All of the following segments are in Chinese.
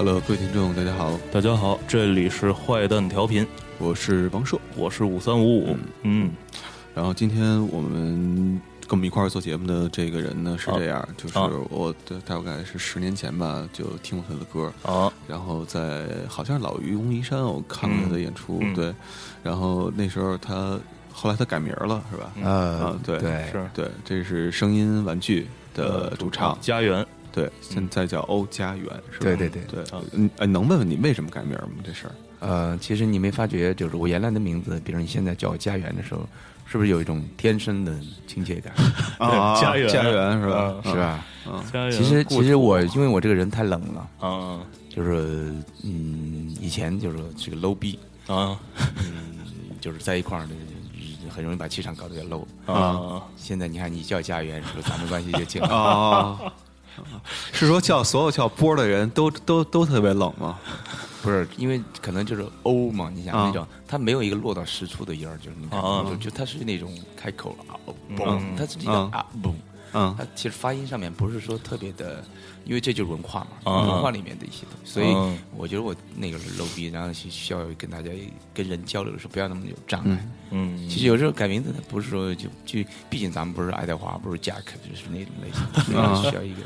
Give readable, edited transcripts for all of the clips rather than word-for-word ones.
Hello， 各位听众，大家好， 大家好，这里是坏蛋调频， 我是王硕， 我是5355。 然后今天我们跟我们一块儿做节目的这个人呢是这样，就是我大概是10年前吧，就听过他的歌然后在好像是老愚公移山，我看过他的演出，对，然后那时候后来他改名了，是吧？对， 是， 对，这是声音玩具的主唱家园。 对，现在叫欧家园，是吧？ 对。 能问问你为什么改名吗？这事儿？其实你没发觉，就是我原来的名字，比如你现在叫我家园的时候，是不是有一种天生的亲切感？ 家园是吧？ 是吧？ 家园。 其实我因为我这个人太冷了就是以前就是这个 low 逼就是在一块儿的。很容易把气场搞得有点 low 现在你看你叫家园，是不是咱们关系就近了是说所有叫波的人都特别冷吗？ 不是，因为可能就是欧嘛，你想那种它没有一个落到实处的音儿，就是你看就它是那种开口它是一个它其实发音上面不是说特别的，因为这就是文化嘛，文化里面的一些东西，所以我觉得我那个是 low 逼，然后需要跟大家跟人交流的时候不要那么有障碍。其实有时候改名字不是说就毕竟咱们不是爱德华，不是 Jack， 就是那种类型，需要一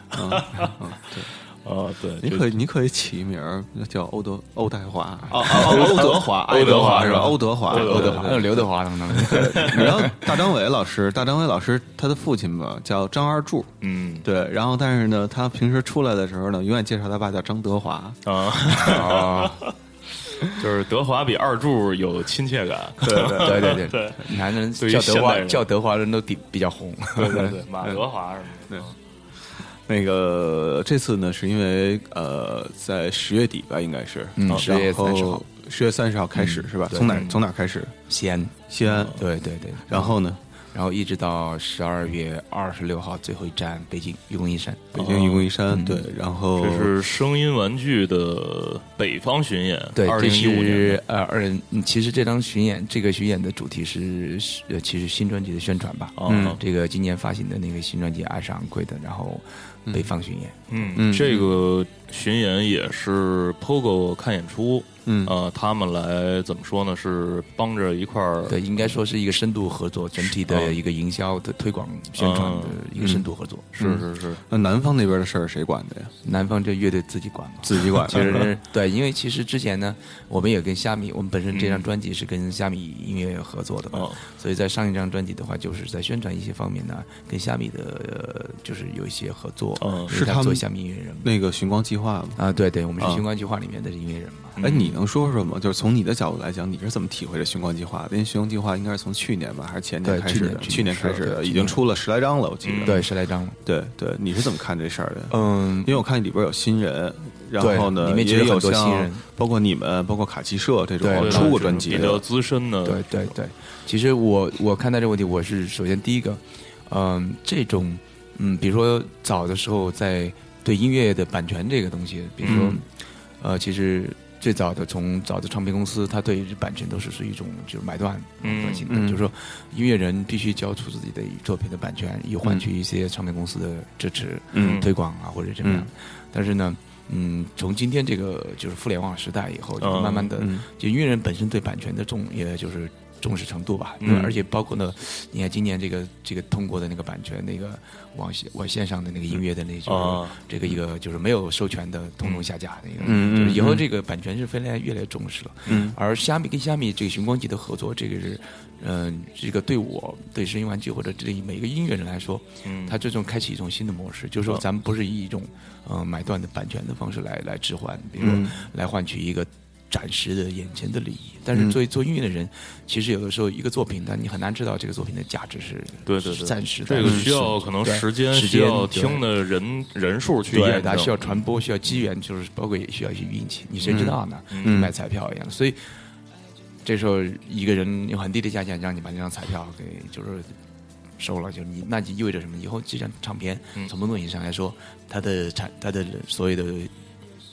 个对，你可以起名叫欧代华欧德华是吧？欧德华， 刘德华等等。 然后大张伟老师他的父亲吧叫张二柱，对，然后但是呢，他平时出来的时候呢，永远介绍他爸叫张德华就是德华比二柱有亲切感， 对，男人叫德华人都比较红， 对，马德华什么的。 对， 那个这次呢，是因为在10月底吧，应该是 10月 30号开始是吧？从哪开始？ 西安，对， 然后呢？ 然后一直到12月26号最后一站北京愚公移山， 对，然后这是声音玩具的北方巡演， 对 ，2015 年。其实这个巡演的主题是其实新专辑的宣传吧。这个今年发行的那个新专辑《爱是昂贵的》，然后北方巡演。 这个巡演也是 POGO 看演出。他们来怎么说呢？是帮着一块儿， 对，应该说是一个深度合作，整体的一个营销的推广宣传的一个深度合作。 是。 那南方那边的事儿谁管的呀？ 南方这乐队自己管嘛， 自己管。 其实对，因为其实之前呢，我们也跟虾米，我们本身这张专辑是跟虾米音乐合作的嘛，所以在上一张专辑的话，就是在宣传一些方面呢，跟虾米的就是有一些合作。 是他们做虾米音乐人嘛， 那个寻光计划嘛。对，我们是寻光计划里面的音乐人嘛。 哎，你能说说吗？就是从你的角度来讲，你是怎么体会这寻光计划的？因为寻光计划应该是从去年吧，还是前年开始的？去年开始的，已经出了10来张了，我记得。 对，10来张了。 对，你是怎么看这事儿的？因为我看里边有新人，然后呢， 里面也有很多新人， 包括你们，包括卡奇社这种出过专辑比较资深的。 对。其实我看待这个问题，我是首先第一个，这种比如说早的时候在对音乐的版权这个东西，比如说其实。最早的从早的唱片公司，它对版权都是属于一种就是买断型的，就是说音乐人必须交出自己的作品的版权，以换取一些唱片公司的支持、推广啊或者怎么样。但是呢，从今天这个就是互联网时代以后，就慢慢的，就音乐人本身对版权的也就是重视程度吧，而且包括呢，你看今年这个通过的那个版权，那个网线上的那个音乐的那种，这个一个就是没有授权的通通下架那个，就是以后这个版权是越来越重视了。而虾米跟虾米这个寻光集的合作，这个是这个对声音玩具或者对每个音乐人来说，它这种开启一种新的模式，就是说咱们不是以一种买断的版权的方式来置换，比如说来换取一个暂时的眼前的利益，但是做音乐的人，其实有的时候一个作品，但你很难知道这个作品的价值是暂时的。 这个需要可能时间需要听的人数去验证， 它需要传播，需要机缘，就是包括也需要一些运气。你谁知道呢？买彩票一样，所以这时候一个人用很低的价钱让你把这张彩票给就是收了，就是那就意味着什么？以后这张唱片从某种意义上来说，它的所有的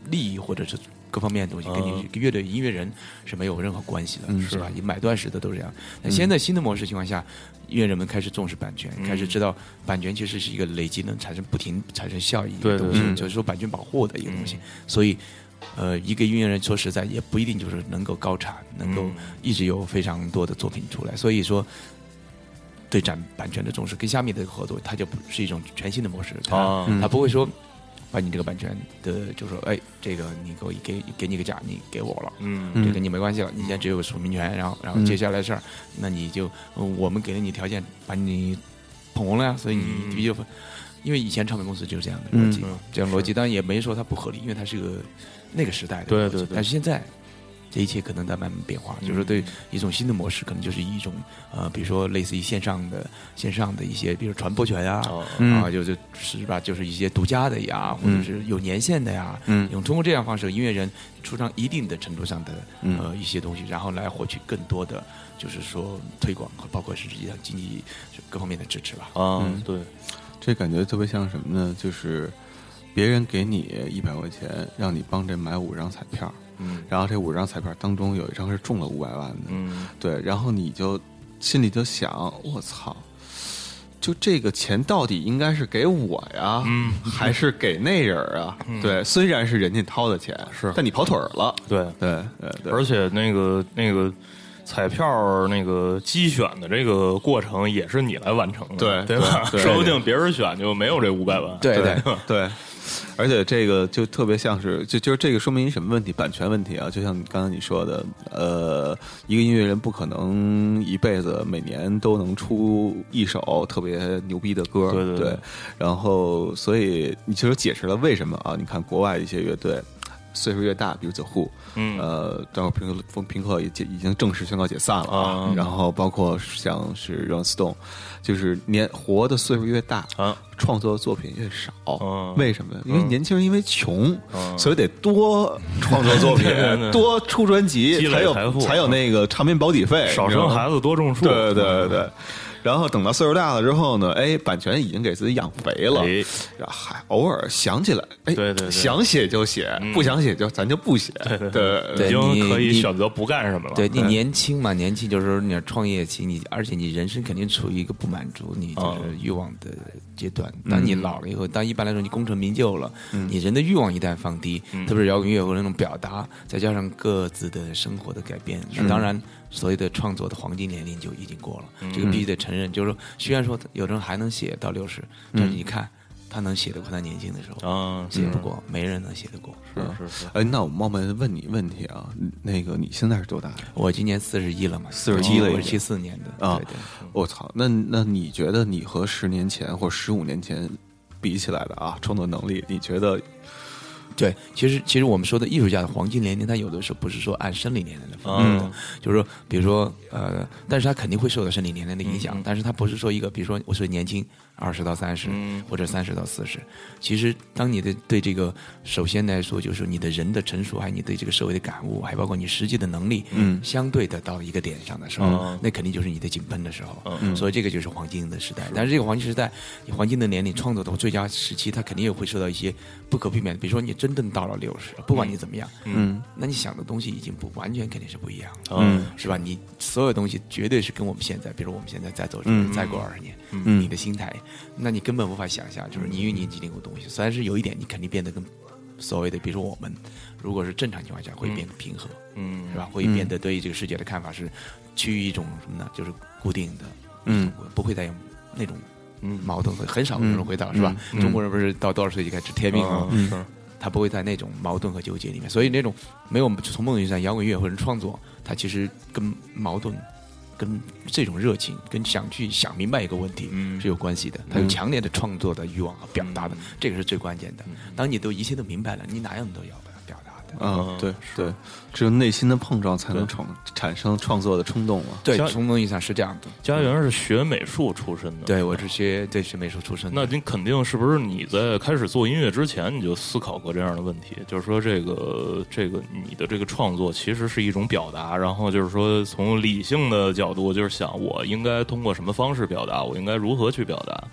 利益或者是各方面的东西，跟你乐队音乐人是没有任何关系的，是吧？你买断式的都是这样。那现在新的模式情况下，音乐人们开始重视版权，开始知道版权其实是一个累积能不停产生效益的东西，就是说版权保护的一个东西。所以，一个音乐人说实在也不一定就是能够高产，能够一直有非常多的作品出来。所以说，对版权的重视跟虾米的合作，它就不是一种全新的模式，它不会说。把你这个版权的，就说，哎，这个你给你个价，你给我了，这跟你没关系了，你现在只有署名权，然后接下来的事儿，那你就我们给了你条件，把你捧红了呀，所以你必须因为以前唱片公司就是这样的逻辑，这样逻辑，当然也没说它不合理，因为它是个那个时代的逻辑，但是现在。这一切可能在慢慢变化，就是说对一种新的模式，可能就是一种比如说类似于线上的一些，比如传播权呀，就是吧，就是一些独家的呀，或者是有年限的呀，用通过这样方式，音乐人出上一定的程度上的一些东西，然后来获取更多的，就是说推广和包括实际上经济各方面的支持吧。 对， 这感觉特别像什么呢？就是别人给你100块钱，让你帮着买5张彩票。然后这5张彩票当中有一张是中了500万的，对，然后你就心里就想，我操，就这个钱到底应该是给我呀，还是给那人啊？对，虽然是人家掏的钱，但你跑腿了， 对，而且那个彩票那个机选的这个过程也是你来完成的，对吧？说不定别人选就没有这500万， 对。而且这个就特别像是，就是这个说明什么问题？版权问题啊！就像刚才你说的，一个音乐人不可能一辈子每年都能出一首特别牛逼的歌，对。然后，所以你其实解释了为什么啊？你看国外一些乐队岁数越大，比如The Who，待会儿平克也已经正式宣告解散了啊。然后包括像是 Rolling Stone， 就是活的岁数越大创作的作品越少，为什么？因为年轻人因为穷，所以得多创作作品，多出专辑，才有那个唱片保底费。 少生孩子多种树， 对。然后等到岁数大了之后呢，版权已经给自己养肥了，然后还偶尔想起来， 对， 想写就写，不想写咱就不写，对， 已经可以选择不干什么了。 对，你年轻嘛，年轻就是说你创业期，而且你人生肯定处于一个不满足你就是欲望的阶段。当你老了以后，当一般来说你功成名就了，你人的欲望一旦放低，特别是摇滚乐或者那种表达，再加上各自的生活的改变，那当然。所谓的创作的黄金年龄就已经过了，这个必须得承认。就是说，虽然说有的人还能写到60，但是你看他能写得过他年轻的时候，写不过，没人能写得过。 是。 那我冒昧问你问题啊，那个你现在是多大？ 我今年41了嘛 ，41了， 我是74年的啊。对， 我操，那你觉得你和10年前或15年前比起来的啊，创作能力，你觉得？ 对，其实我们说的艺术家的黄金年龄，它有的时候不是说按生理年龄来分配的，就是说，比如说但是它肯定会受到生理年龄的影响，但是它不是说一个，比如说我是年轻20到30，或者30到40，其实当你的对这个，首先来说就是你的人的成熟，还有你对这个社会的感悟，还包括你实际的能力，相对的到一个点上的时候，那肯定就是你的井喷的时候，所以这个就是黄金的时代。但是这个黄金时代，黄金的年龄创作的最佳时期，它肯定也会受到一些不可避免的，比如说你真正到了60，不管你怎么样，那你想的东西已经不完全肯定是不一样了，是吧？你所有东西绝对是跟我们现在，比如我们现在再走再过20年，你的心态，那你根本无法想象，就是你因为你经历过东西，虽然是有一点你肯定变得跟所谓的，比如说我们如果是正常情况下会变得平和，是吧？会变得对这个世界的看法是趋于一种什么呢？就是固定的，不会再有那种矛盾，很少有人回答，是吧？中国人不是到多少岁就开始吃天命吗？他不会在那种矛盾和纠结里面，所以那种没有从某种意义上摇滚乐或者创作，它其实跟矛盾、跟这种热情、跟想明白一个问题是有关系的。它有强烈的创作的欲望和表达的，这个是最关键的。当你一切都明白了，你哪样都要表达的。 对，只有内心的碰撞才能产生创作的冲动啊。 对，从某意义上是这样的。 家园是学美术出身的， 对，我是学美术出身的。 那你肯定是不是你在开始做音乐之前你就思考过这样的问题？就是说这个你的这个创作其实是一种表达，然后就是说从理性的角度就是想我应该通过什么方式表达，我应该如何去表达。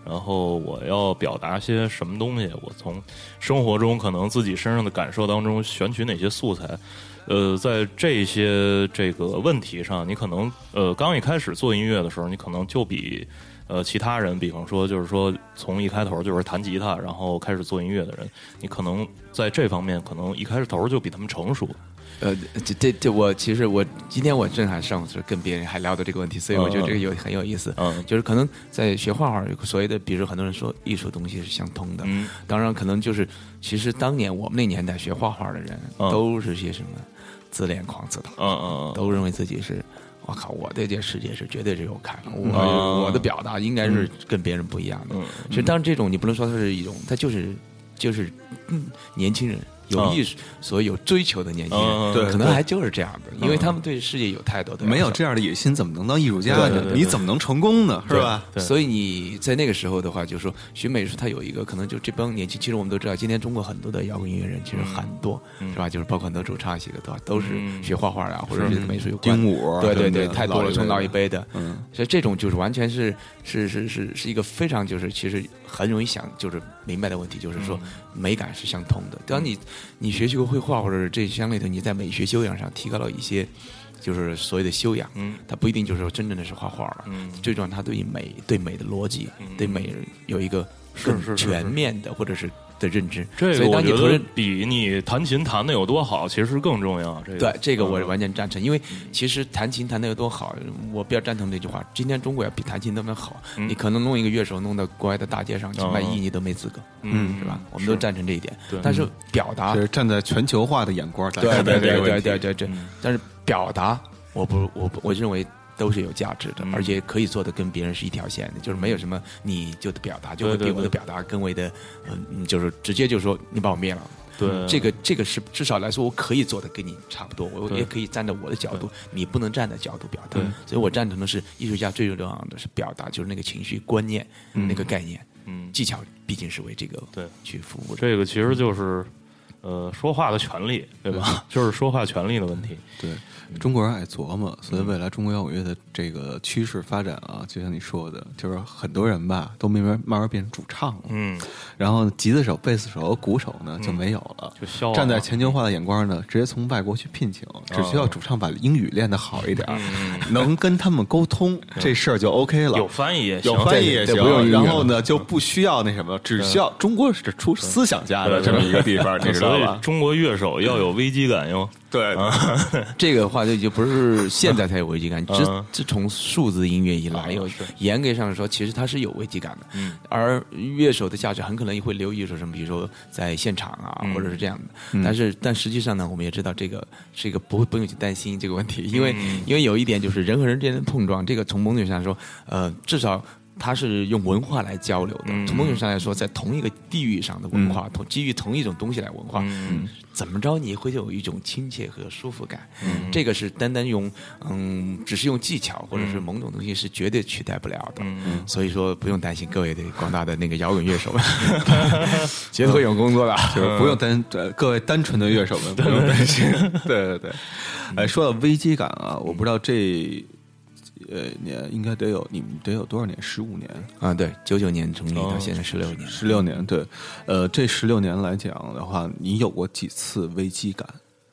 然后我要表达些什么东西，我从生活中可能自己身上的感受当中选取哪些素材。在这些这个问题上，你可能刚一开始做音乐的时候，你可能就比其他人，比方说就是说从一开头就是弹吉他，然后开始做音乐的人，你可能在这方面可能一开始头就比他们成熟。 其实我今天我正好上午跟别人还聊到这个问题，所以我觉得这个很有意思。就是可能在学画画，所谓的比如很多人说艺术东西是相通的，当然可能就是其实当年我们那年代学画画的人都是些什么自恋狂自大，都认为自己是。我靠！我对这世界是绝对是有看，我的表达应该是跟别人不一样的。其实，当然这种你不能说它是一种，它就是年轻人有意识、所有追求的年轻人， 对， 可能还就是这样的，因为他们对世界有太多的没有这样的野心，怎么能当艺术家呢？你怎么能成功呢？是吧？ 所以你在那个时候的话，就是说学美术，它有一个可能就这帮年轻，其实我们都知道，今天中国很多的摇滚音乐人其实很多，是吧？就是包括很多主唱写的都是学画画啊，或者是美术有关。 丁武， 对，太多了，从老一辈的，所以这种就是完全是一个非常就是其实很容易想就是明白的问题，就是说美感是相通的。当你学习过绘画或者这相类的，你在美学修养上提高了一些，就是所谓的修养，它不一定就是说真正的是画画了，最重要它对美的逻辑，对美有一个更全面的或者是的认知。 这个我觉得比你弹琴弹的有多好其实更重要。 对，这个我完全赞成，因为其实弹琴弹的有多好，我比较赞同这句话。今天中国要比弹琴那么好，你可能弄一个乐手弄到国外的大街上去卖艺，你都没资格，是吧？我们都赞成这一点。但是表达是站在全球化的眼光来看待这个问题。对。但是表达，我认为都是有价值的，而且可以做的跟别人是一条线的，就是没有什么你就的表达就会比我的表达更为的，就是直接就说你把我灭了。 对， 这个是至少来说，我可以做的跟你差不多，我也可以站在我的角度，你不能站在角度表达。所以我赞成的是，艺术家最重要的是表达，就是那个情绪、观念、那个概念，技巧毕竟是为这个去服务的。 这个其实就是说话的权利，对吧？就是说话权利的问题。 对。中国人爱琢磨，所以未来中国摇滚乐的这个趋势发展啊，就像你说的，就是很多人吧都慢慢变成主唱了，然后吉他手、贝斯手、鼓手呢就没有了， 就消了。 站在全球化的眼光呢，直接从外国去聘请，只需要主唱把英语练得好一点，能跟他们沟通，这事儿就 OK 了。 有翻译也行， 有翻译也行，然后呢就不需要那什么，只需要中国是出思想家的这么一个地方，你知道吧？ 中国乐手要有危机感哟。 对， 这个话就不是现在才有危机感，自从数字音乐以来，严格上说，其实它是有危机感的。而乐手的价值很可能也会留意说什么，比如说在现场啊，或者是这样的。但实际上呢，我们也知道这个是一个不用去担心这个问题，因为有一点就是人和人之间的碰撞，这个从某种上来说，至少。它是用文化来交流的，从某种上来说，在同一个地域上的文化，基于同一种东西来文化，怎么着你会有一种亲切和舒服感。这个是单单用只是用技巧或者是某种东西是绝对取代不了的。所以说不用担心各位的广大的那个摇滚乐手们，绝对会有工作的， 就是不用各位单纯的乐手们不用担心。对。哎，说到危机感啊，我不知道这。年应该你们得有多少年？15年啊，对，99年成立到现在16年 ，16年，对，这16年来讲的话，你有过几次危机感？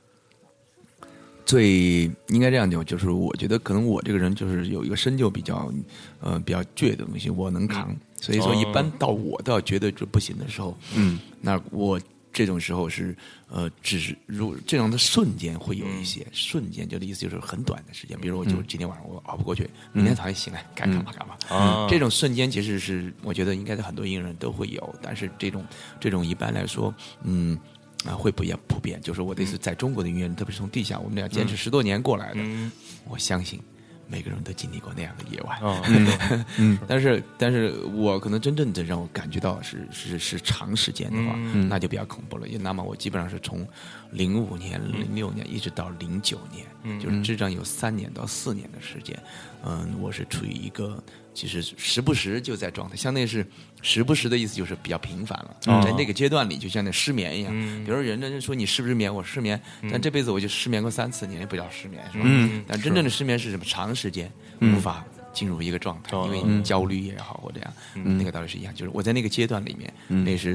应该这样讲，就是我觉得可能我这个人就是有一个深究比较倔的东西，我能扛，所以说一般到我到觉得就不行的时候，那我。这种时候是只是这样的瞬间会有一些瞬间，就的意思就是很短的时间，比如我就今天晚上我熬不过去，明天早上醒来该干嘛干嘛。这种瞬间其实是我觉得应该是很多音乐人都会有，但是这种一般来说，会不一样普遍。就是我的意思，在中国的音乐人，特别是从地下，我们俩坚持10多年过来的，我相信。每个人都经历过那样的夜晚，但是我可能真正的让我感觉到是长时间的话，那就比较恐怖了。那么我基本上是从05年、06年一直到09年，就是至少有3年到4年的时间，我是处于一个其实时不时就在状态，相当于是时不时的意思就是比较频繁了，在那个阶段里就像那失眠一样。比如人家说你失不失眠，我失眠，但这辈子我就失眠过3次，你也不叫失眠，是吧？但真正的失眠是什么？长时间无法进入一个状态，因为你焦虑也好或者这样，那个道理是一样。就是我在那个阶段里面，那是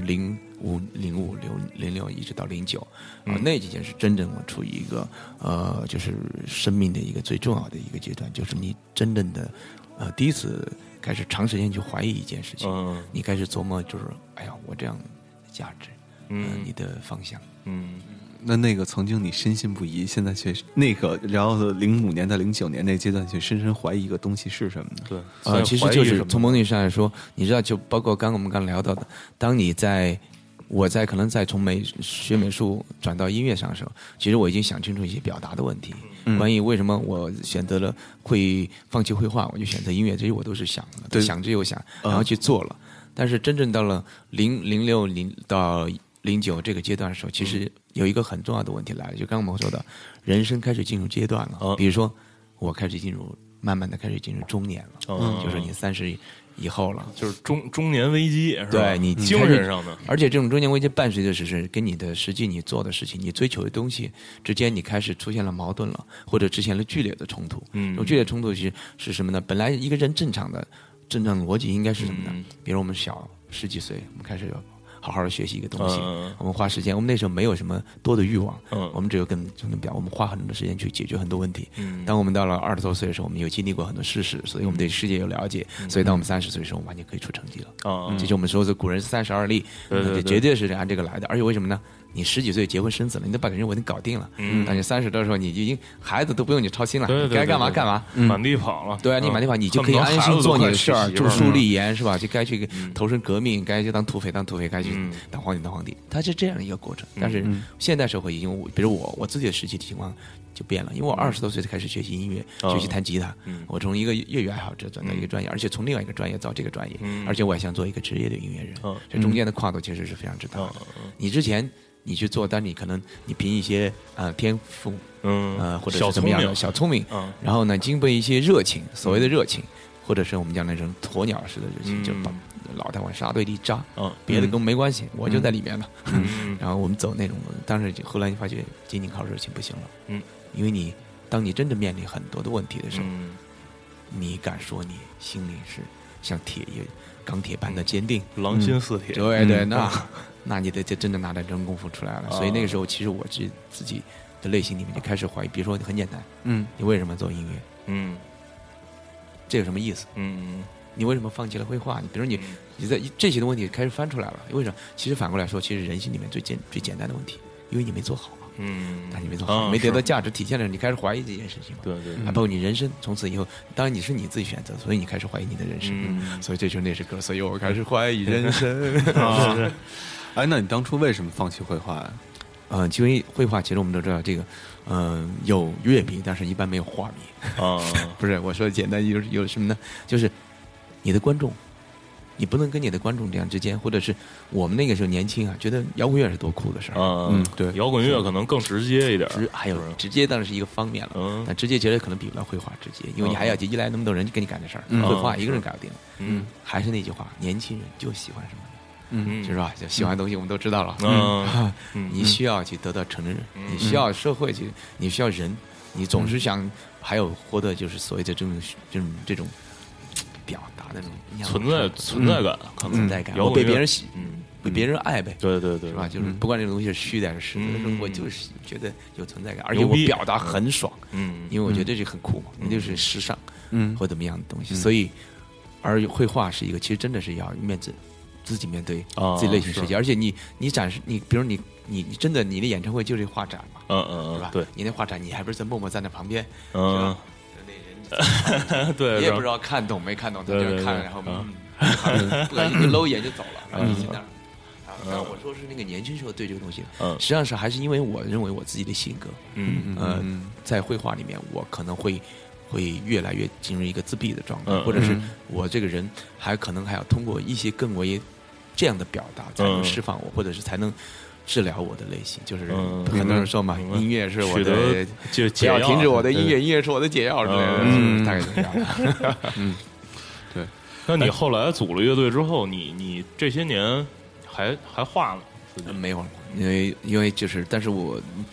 05、05、06一直到09，那几件是真正我处于一个就是生命的一个最重要的一个阶段，就是你真正的第一次开始长时间去怀疑一件事情，你开始琢磨，就是哎呀，我这样的价值，你的方向， 那个曾经你深信不疑，现在却那个，然后05年到09年那个阶段去深深怀疑一个东西是什么呢？ 对， 其实就是从某种意义上来说，你知道，就包括我们刚聊到的，当你我可能在从学美术转到音乐上的时候，其实我已经想清楚一些表达的问题，关于为什么我选择了会放弃绘画，我就选择音乐，这些我都是想了，想着又想，然后去做了。但是真正到了06到09这个阶段的时候，其实有一个很重要的问题来了，就刚刚我们说的，人生开始进入阶段了。比如说，我开始慢慢的开始进入中年了，就是你30以后了， 就是中年危机，是吧？ 对，你精神上的， 而且这种中年危机伴随的是跟你的实际你做的事情、你追求的东西之间，你开始出现了矛盾了，或者出现了剧烈的冲突。这种剧烈冲突是什么呢？本来一个人正常的逻辑应该是什么呢？比如我们小10几岁，我们开始好好的学习一个东西，我们花时间，我们那时候没有什么多的欲望，我们只有跟我们花很多的时间去解决很多问题。当我们到了20多岁的时候，我们有经历过很多世事，所以我们对世界有了解，所以当我们30岁的时候，我们完全可以出成绩了。这就我们说的古人32立，绝对是按这个来的。而且为什么呢？你10几岁结婚生子了，你都把人我已经搞定了。当你30多的时候，你已经孩子都不用你操心了，该干嘛干嘛， 满地跑了。 对啊，你满地跑，你就可以安心做你的事儿，著书立言，是吧？就该去投身革命，该去当土匪，该去当皇帝。它是这样一个过程。但是现代社会已经，比如我自己的实际情况就变了，因为我20多岁就开始学习音乐，学习弹吉他。我从一个业余爱好者转到一个专业，而且从另外一个专业到这个专业，而且我也想做一个职业的音乐人。这中间的跨度其实是非常之大的。你之前你去做，但你可能你凭一些天赋，或者是怎么样的小聪明，然后呢，经过一些热情，所谓的热情，或者是我们讲那种鸵鸟式的热情，就把老太往沙堆里扎，别的跟我没关系，我就在里面了。然后我们走那种，当时后来你发觉仅仅靠热情不行了，因为当你真的面临很多的问题的时候，你敢说你心里是像钢铁般的坚定， 狼心似铁。 对，那你得真的拿点真功夫出来了。所以那个时候，其实我自己的内心里面就开始怀疑。比如说很简单，你为什么做音乐？这有什么意思？你为什么放弃了绘画？你比如你在这些的问题开始翻出来了，为什么？其实反过来说，其实人性里面最简单的问题，因为你没做好。但你没做好，没得到价值体现的时候，你开始怀疑这件事情嘛？ 对， 还包括你人生从此以后，当然你是你自己选择，所以你开始怀疑你的人生。所以这就是那首歌，所以我开始怀疑人生。 哎，那你当初为什么放弃绘画呀？ 因为绘画其实我们都知道，这个有乐迷，但是一般没有画迷。不是，我说的简单有什么呢？就是你的观众。你不能跟你的观众这样之间，或者是我们那个时候年轻啊，觉得摇滚乐是多酷的事儿。 对，摇滚乐可能更直接一点。 还有直接当然是一个方面了，但直接觉得可能比不了绘画直接，因为你还要依赖那么多人跟你干这事儿，绘画一个人搞定了。还是那句话，年轻人就喜欢什么？是吧？就喜欢的东西我们都知道了。你需要去得到承认，你需要社会去，你需要人，你总是想还有获得就是所谓的这种。表达那种存在感， 存在感，我被别人被别人爱呗， 对， 是吧？就是不管这个东西是虚的还是实的，我就是觉得有存在感，而且我表达很爽，因为我觉得这很酷嘛，那就是时尚，或怎么样的东西。所以，而绘画是一个，其实真的是要自己面对自己内心世界，而且你展示比如你真的你的演唱会就是画展嘛，是吧？ 对， 你那画展，你还不是在默默站在旁边，是吧？ 对， 你也不知道看懂没看懂，他就看，然后不敢一搂一眼就走了，然后你在那儿。然后我说是那个年轻时候对这个东西，实际上是还是因为我认为我自己的性格，在绘画里面我可能会越来越进入一个自闭的状态，或者是我这个人可能还要通过一些更为这样的表达才能释放我，或者是才能治疗我的内心。就是很多人说嘛，音乐是我的，不要停止我的音乐，音乐是我的解药之类的，大概是这样。 对。 那你后来组了乐队之后，你这些年还画了？ 没有，因为就是，但是我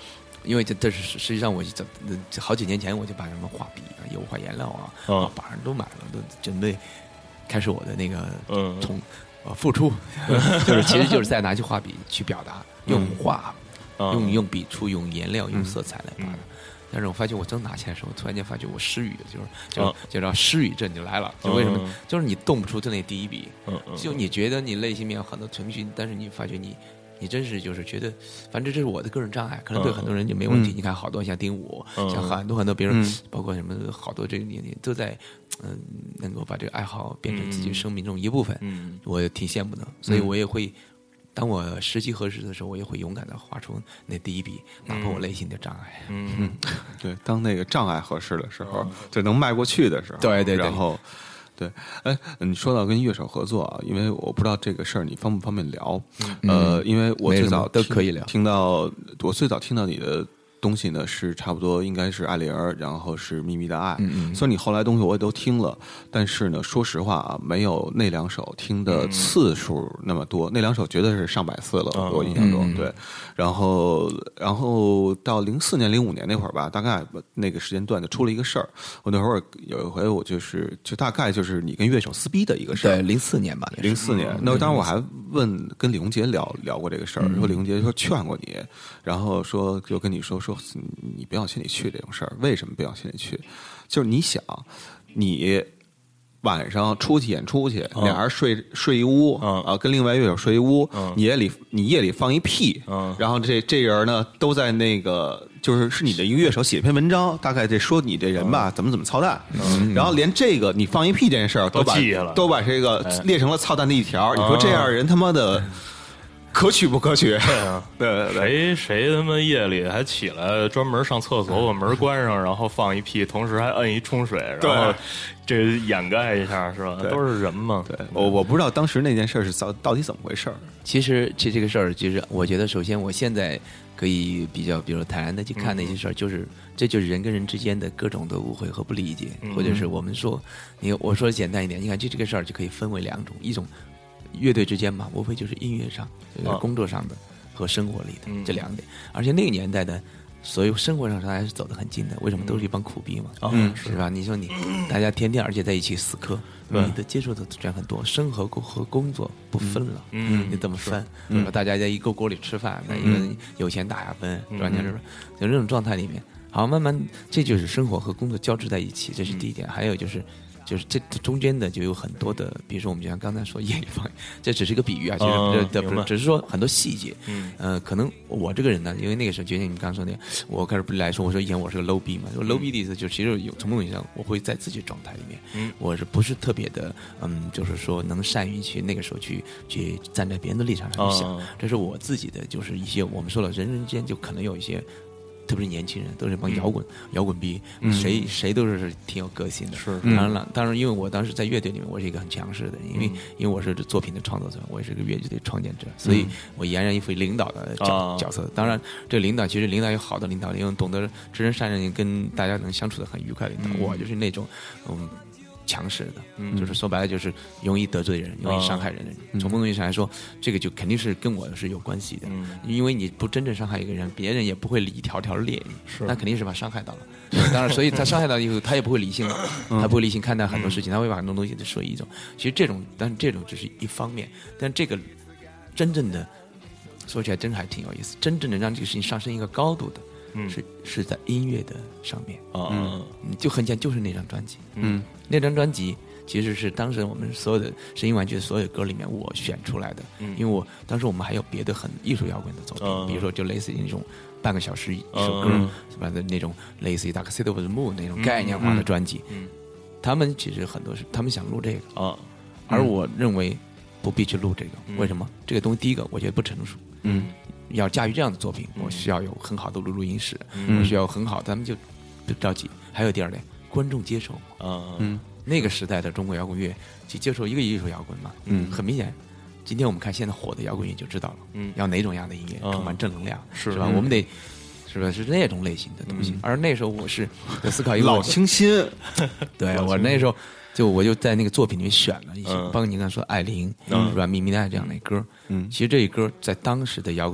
因为这是实际上我好几年前我就把什么画笔啊、油画颜料啊，把人都买了，都准备开始我的那个从付出，其实就是在拿起画笔去表达，用画，用笔触、用颜料、用色彩来表达。但是我发现我真拿起来的时候，突然间发觉我失语了，就叫失语症就来了。就为什么？就是你动不出那第一笔，就你觉得你内心里面有很多情绪，但是你发觉你真是就是觉得，反正这是我的个人障碍，可能对很多人就没问题。你看好多像丁武，像很多别人，包括什么好多这个年龄都在能够把这个爱好变成自己生命中一部分，我挺羡慕的。所以我也会。当我时机合适的时候，我也会勇敢的画出那第一笔，打破我内心的障碍。 对，当那个障碍合适的时候，就能迈过去的时候。 对， 然后，对，你说到跟乐手合作啊，因为我不知道这个事儿你方不方便聊。因为我最早都可以聊。 我最早听到你的东西呢是差不多应该是艾丽儿，然后是秘密的爱。虽然你后来东西我也都听了，但是呢，说实话啊，没有那两首听的次数那么多。那两首绝对是上百次了，我印象中。对，然后到04年、05年那会儿吧，大概那个时间段就出了一个事儿。我那会儿有一回，我就大概就是你跟乐手撕逼的一个事儿。 对，04年吧 ，04年。那当时我还跟李洪杰聊过这个事儿，说李洪杰说劝过你，然后就跟你说你不要心里去这种事儿。为什么不要心里去？就是你想，你晚上出去演出去，俩人睡一屋，跟另外乐手睡一屋，你夜里放一屁，然后这人呢都在那个是你的一个乐手写一篇文章，大概说你这人吧怎么操蛋，然后连这个你放一屁这件事儿都把这个列成了操蛋的一条。你说这样人他妈的。可取不可取？ 对，谁他妈夜里还起来专门上厕所，把门关上，然后放一屁，同时还摁一冲水，然后这掩盖一下，是吧？都是人嘛。 对，我不知道当时那件事是到底怎么回事。 其实这个事儿，其实我觉得，首先我现在可以比如坦然的去看那些事儿，这就是人跟人之间的各种的误会和不理解，或者是我们说，我说简单一点，你看这个事儿就可以分为两种，一种。乐队之间嘛，无非就是音乐上、工作上的和生活里的这两点。而且那个年代的，所有生活上大家是走得很近的。为什么都是一帮苦逼嘛？是吧？你说大家天天而且在一起死磕，你的接触的资源很多，生活和工作不分了。你怎么分？大家在一个锅里吃饭，那一个人有钱大家分，是吧？就这种状态里面，好，慢慢这就是生活和工作交织在一起，这是第一点。还有就是这中间的就有很多的，比如说我们就像刚才说夜里放，这只是一个比喻啊，只是说很多细节。可能我这个人呢，因为那个时候就像你们刚刚说的，我开始来说，我说以前我是个 low B 嘛，low B 的意思就其实有从某种意义上，我会在自己状态里面，我是不是特别的就是说能善于去那个时候去站在别人的立场上去想，这是我自己的，就是一些我们说了，人之间就可能有一些。特别是年轻人都是帮摇滚逼，谁都是挺有个性的。 是， 当然，因为我当时在乐队里面，我是一个很强势的，因为我是作品的创作者，我也是个乐队创建者，所以我俨然一副领导的角色。当然，这领导其实领导有好的领导，因为懂得知人善任，跟大家能相处的很愉快的领导。我就是那种强势的，就是说白了就是容易得罪人，容易伤害人的人。从某种意义上来说，这个就肯定是跟我是有关系的。因为你不真正伤害一个人，别人也不会一条条列你，那肯定是把伤害到了。当然，所以他伤害到以后，他也不会理性，他不会理性看待很多事情，他会把很多东西说一种。其实但是这种只是一方面，但这个真正的说起来真还挺有意思，真正的让这个事情上升一个高度的。是在音乐的上面就很讲就是那张专辑，那张专辑其实是当时我们所有的声音玩具的所有歌里面我选出来的，因为当时我们还有别的很艺术摇滚的作品，比如说就类似于那种半个小时一首歌，是吧？的那种类似于 Dark Side of the Moon 那种概念化的专辑，他们其实很多是他们想录这个而我认为不必去录这个，为什么？这个东西第一个我觉得不成熟，要驾驭这样的作品，我需要有很好的录音室，我需要很好，咱们就不着急。还有第二点，观众接受那个时代的中国摇滚乐去接受一个艺术摇滚嘛，很明显。今天我们看现在火的摇滚乐就知道了，要哪种样的音乐，充满正能量，是吧？我们得是吧？是那种类型的东西。而那时候我思考一个老清新， 对我那时候。我就在那个作品里面选了一些，包括你刚才说艾琳，是吧？秘密的爱这样的歌，其实这一歌在当时的摇滚乐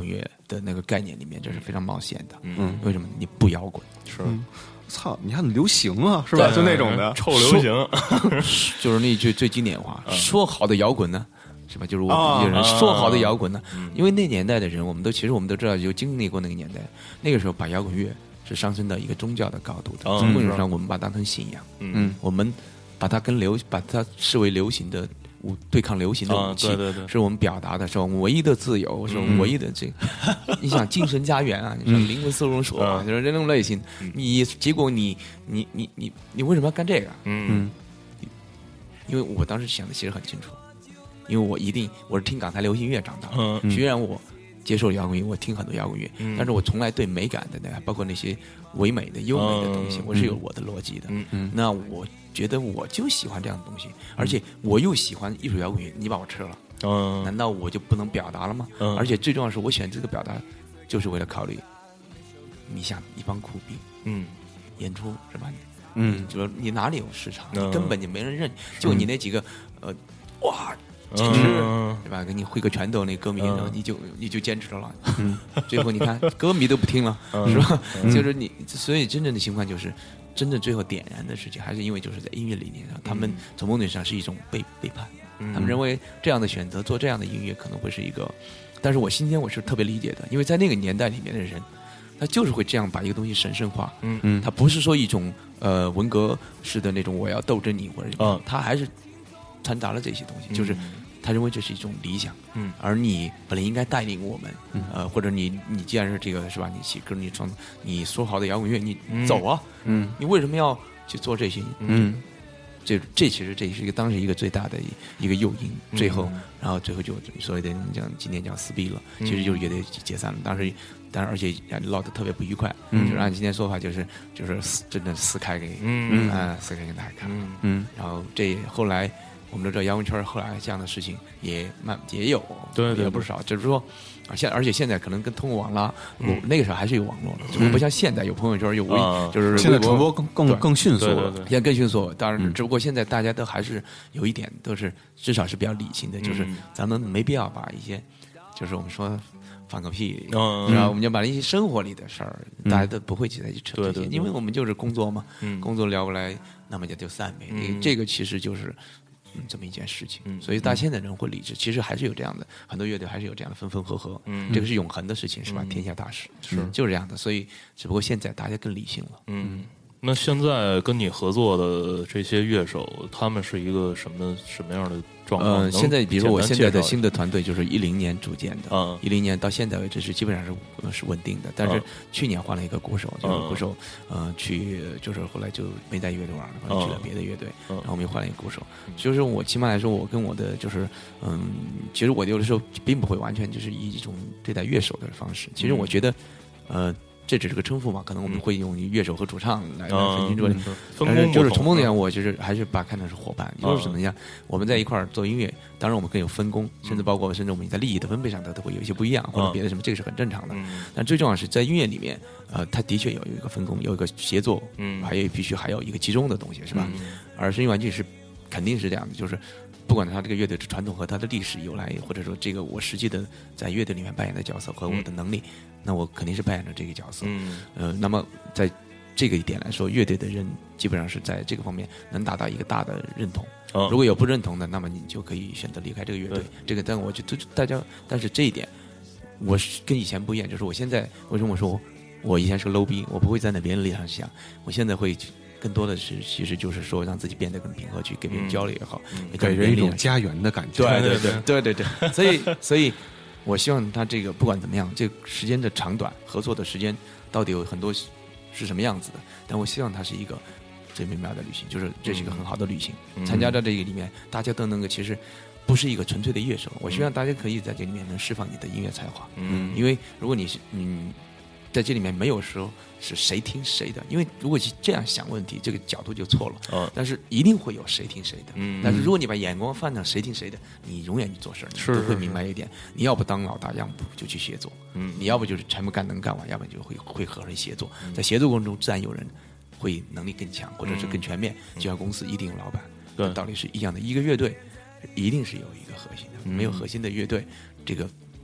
的那个概念里面，这是非常冒险的。为什么你不摇滚？ 是。 操，你看流行啊，是吧？就那种的臭流行， 就是那句最经典话，说好的摇滚呢，是吧？就是我有人说好的摇滚呢，因为那年代的人，我们都知道，有经历过那个年代，那个时候把摇滚乐是上升到一个宗教的高度的，从根本上我们把它当成信仰，我们把它把它视为流行的。对抗流行的武器，是我们表达的，是我们唯一的自由，是我们唯一的这个。你想精神家园啊，你说灵魂收容所啊，就是这种类型。结果你为什么要干这个？因为我当时想的其实很清楚，因为我是听港台流行乐长大的，虽然我接受摇滚乐，我听很多摇滚乐，但是我从来对美感的包括那些唯美的、优美的东西，我是有我的逻辑的。那我觉得我就喜欢这样的东西，而且我又喜欢艺术摇滚乐，你把我吃了，难道我就不能表达了吗？而且最重要的是，我选这个表达，就是为了考虑，你想一帮苦逼，演出是吧？就是你哪里有市场？你根本就没人认，就你那几个，哇。坚持，对吧？给你挥个拳头，那歌迷你就坚持了。最后你看歌迷都不听了，是吧？就是所以真正的情况就是，真正最后点燃的事情，还是因为就是在音乐理念上，他们从某种意义上是一种背叛。他们认为这样的选择做这样的音乐可能会是一个，但是我今天我是特别理解的，因为在那个年代里面的人，他就是会这样把一个东西神圣化。他不是说一种文革式的那种我要斗争你或者他还是掺杂了这些东西，就是他认为这是一种理想，而你本来应该带领我们，或者你既然是这个是吧？你写歌，你说好的摇滚乐，你走啊，你为什么要去做这些？这其实这是当时一个最大的一个诱因，然后最后就所谓的今天讲撕逼了，其实就是乐队解散了。当然而且闹得特别不愉快，就是按今天说法就是真的撕开给大家看，然后这后来。我们都知道摇滚圈后来这样的事情也有，也不少。就是说，而且现在可能跟通过网拉，那个时候还是有网络的，只不过不像现在有朋友圈有就是现在传播更迅速了， 现在更迅速。当然，只不过现在大家都还是有一点都是至少是比较理性的，就是咱们没必要把一些，就是我们说。放个屁，然后我们就把一些生活里的事儿，大家都不会去再去扯这些，因为我们就是工作嘛，工作聊不来，那么就散呗。这个其实就是这么一件事情，所以大家现在人会理智，其实还是有这样的，很多乐队还是有这样的分分合合，这个是永恒的事情，是吧？天下大事就是这样的，所以只不过现在大家更理性了。 那现在跟你合作的这些乐手，他们是一个什么样的状况？ 现在比如说我现在的新的团队就是2010年组建的，2010年到现在为止是基本上是稳定的，但是去年换了一个鼓手，就是鼓手就是后来就没在乐队玩了，去了别的乐队，然后我们又换了一个鼓手。就是我起码来说，我跟我的就是其实我有的时候并不会完全就是以一种对待乐手的方式，其实我觉得这只是个称呼嘛，可能我们会用乐手和主唱来分清这里，但是就是从某种讲，我就是还是把看成是伙伴，就是怎么样，我们在一块儿做音乐，当然我们更有分工，甚至我们在利益的分配上都会有一些不一样，或者别的什么，这个是很正常的。但最重要是在音乐里面，它的确有一个分工，有一个协作，必须还有一个集中的东西，是吧？而声音玩具是肯定是这样的，就是不管他这个乐队的传统和他的历史由来，或者说这个我实际的在乐队里面扮演的角色和我的能力，那我肯定是扮演着这个角色。那么在这个一点来说，乐队的人基本上是在这个方面能达到一个大的认同。如果有不认同的，那么你就可以选择离开这个乐队。这个，但我觉得大家，但是这一点我是跟以前不一样，就是我现在为什么我说我以前是个 low 逼，我不会站在别人立场想，我现在会。更多的是，其实就是说让自己变得更平和，去跟别人交流也好， 给人一种家园的感觉。 对，所以我希望他这个不管怎么样，这个时间的长短，合作的时间到底有很多是什么样子的，但我希望它是一个最美妙的旅行，就是这是一个很好的旅行。参加到这个里面，大家都能够其实不是一个纯粹的乐手，我希望大家可以在这里面能释放你的音乐才华。因为如果你是在这里面没有说是谁听谁的，因为如果这样想问题，这个角度就错了。但是一定会有谁听谁的。但是如果你把眼光放在谁听谁的，你永远做事你都会明白一点。你要不当老大，要不就去协作。你要不就是全部能干完，要不然就会和人协作。在协作过程中，自然有人会能力更强，或者是更全面。就像公司一定有老板，道理是一样的。一个乐队一定是有一个核心的，没有核心的乐队，这个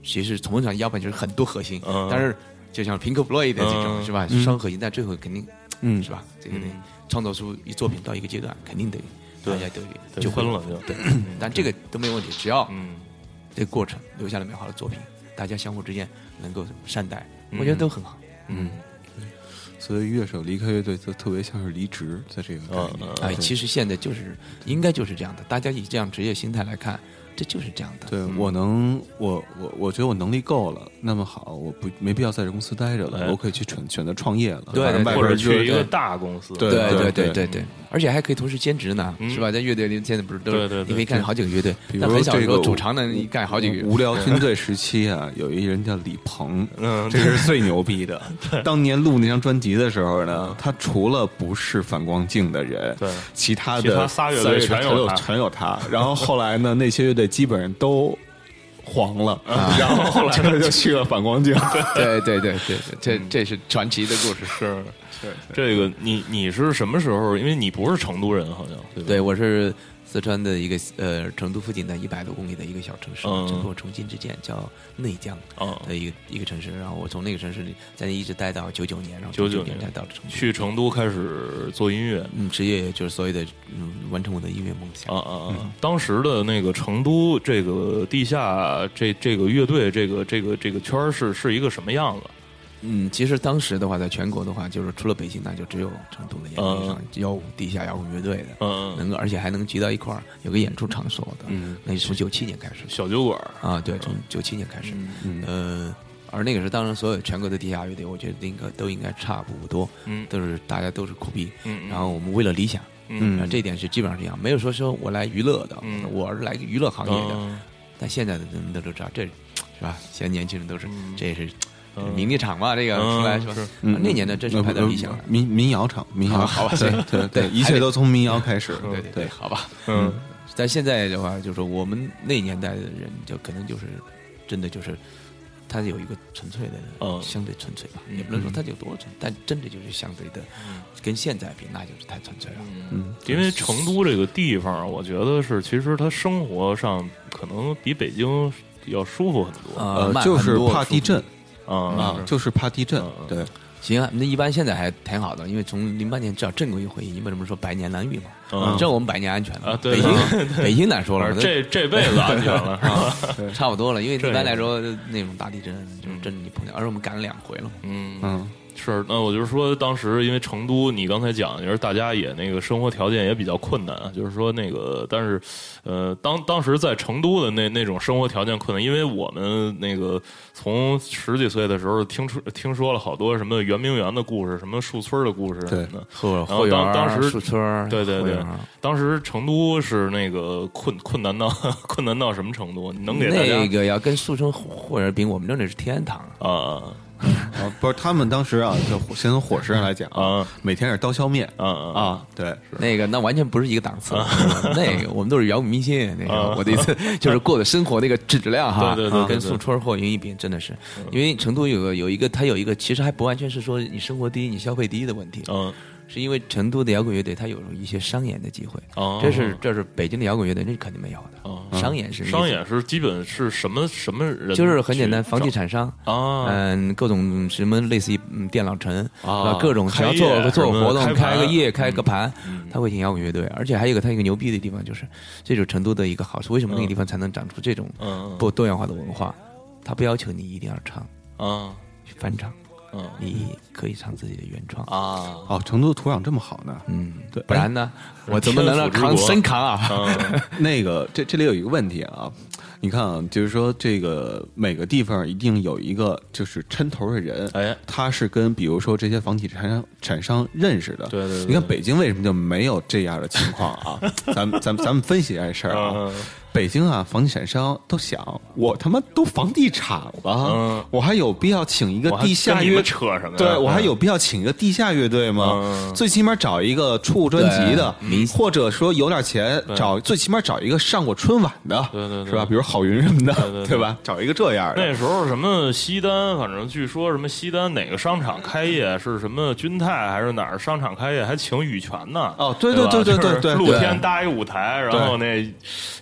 其实从上摇滚就是很多核心，但是就像 Pink Floyd 的这种是吧，双核心，但最后肯定是吧，这个得创造出一作品到一个阶段，肯定得大家都就分了对，但这个都没有问题，只要这个过程留下了美好的作品，大家相互之间能够善待，我觉得都很好。 所以乐手离开乐队就特别像是离职，在这个概念。 其实现在应该就是这样的，大家以这样职业心态来看，这就是这样的。 对，我觉得我能力够了，那么好，我没必要在这公司待着了，我可以去选择创业了， 对， 或者去一个大公司， 对，而且还可以同时兼职呢，是吧？在乐队里现在不是都是你可以干好几个乐队，但很少说主唱的你干好几个。 无聊军队时期啊，有一人叫李鹏，这是最牛逼的。当年录那张专辑的时候呢，他除了不是反光镜的人， 对， 其他仨乐队全有他。然后后来呢，那些乐队基本上都黄了，然后后来就去了反光镜。 对，这是传奇的故事。 是这个你是什么时候？因为你不是成都人，好像对，我是四川的一个成都附近的100多公里的一个小城市，经过重庆之间叫内江的一个城市。然后我从那个城市里在那一直待到99年，然后99年才到了成都。 去成都开始做音乐， 职业就是所谓的完成我的音乐梦想。 当时的那个成都这个地下这个乐队这个圈是一个什么样子？ 其实当时的话，在全国的话，就是除了北京，那就只有成都的摇滚上地下摇滚乐队的，而且还能聚到一块儿，有个演出场所的。那是从97年开始， 小酒馆啊，对，从97年开始。而那个时候，当然所有全国的地下乐队，我觉得都应该差不多，大家都是苦逼，然后我们为了理想，这一点是基本上这样，没有说我来娱乐的，我是来娱乐行业的。但现在的人都知道，这是吧？现在年轻人都是，这是。名利场嘛，这个出来说，那年的真是拍到理想了。 民谣场，民谣好吧， 对，一切都从民谣开始。 对，好吧。但现在的话，就是我们那年代的人，就可能就是真的就是，他有一个纯粹的，相对纯粹吧，也不能说他有多纯，但真的就是相对的，跟现在比，那就是太纯粹了。 因为成都这个地方，我觉得是其实他生活上可能比北京要舒服很多， 就是怕地震。就是怕地震。对， 行啊，那一般现在还挺好的，因为从08年至少震过一回，你为什么说百年难遇嘛？这我们百年安全了。北京难说了， 这辈子安全了， 差不多了。因为一般来说那种大地震就是真的你碰见，而且我们赶了2回了。 是，那我就是说，当时因为成都，你刚才讲，就是大家也那个生活条件也比较困难，就是说那个，但是，当时在成都的那种生活条件困难，因为我们那个从10几岁的时候听说了好多什么圆明园的故事，什么树村的故事什么的， 然后当时树村， 对，当时成都是那个困难到什么程度？你能给大家那个要跟树村或者比我们这里是天堂不是他们当时啊，就先从伙食上来讲每天是刀削面对， 那个那完全不是一个档次。那个我们都是摇滚明星，那个我的意思就是过的生活那个质量哈， 对， 跟树村或云一比，真的是，因为成都有一个，它有一个，其实还不完全是说你生活低、你消费低的问题，是因为成都的摇滚乐队它有一些商演的机会，这是北京的摇滚乐队那肯定没有的。商演是基本是什么人？ 就是很简单，房地产商各种什么类似于电脑城各种只要做活动、开个业、开个盘，他会请摇滚乐队。而且还有一个他一个牛逼的地方，就是这就是成都的一个好处。为什么那个地方才能长出这种多样化的文化？他不要求你一定要唱翻唱。你可以唱自己的原创成都的土壤这么好呢？ 对，不然呢？我怎么能让生扛啊？ 那个这里有一个问题啊，你看啊，就是说这个每个地方一定有一个就是抻头的人，他是跟比如说这些房地产商认识的。 对， 你看北京为什么就没有这样的情况啊？咱们分析这事儿啊。北京啊，房地产商都想，我他妈都房地产了，我还有必要请一个地下乐队？ 扯什么呀？ 对，我还有必要请一个地下乐队吗？最起码找一个出过专辑的，或者说有点钱最起码找一个上过春晚的， 对， 是吧？比如郝云什么的，对吧？找一个这样的。 那时候什么西单，反正据说什么西单哪个商场开业是什么君泰还是哪儿商场开业，还请羽泉呢？ 对， 露天搭一舞台，然后那羽泉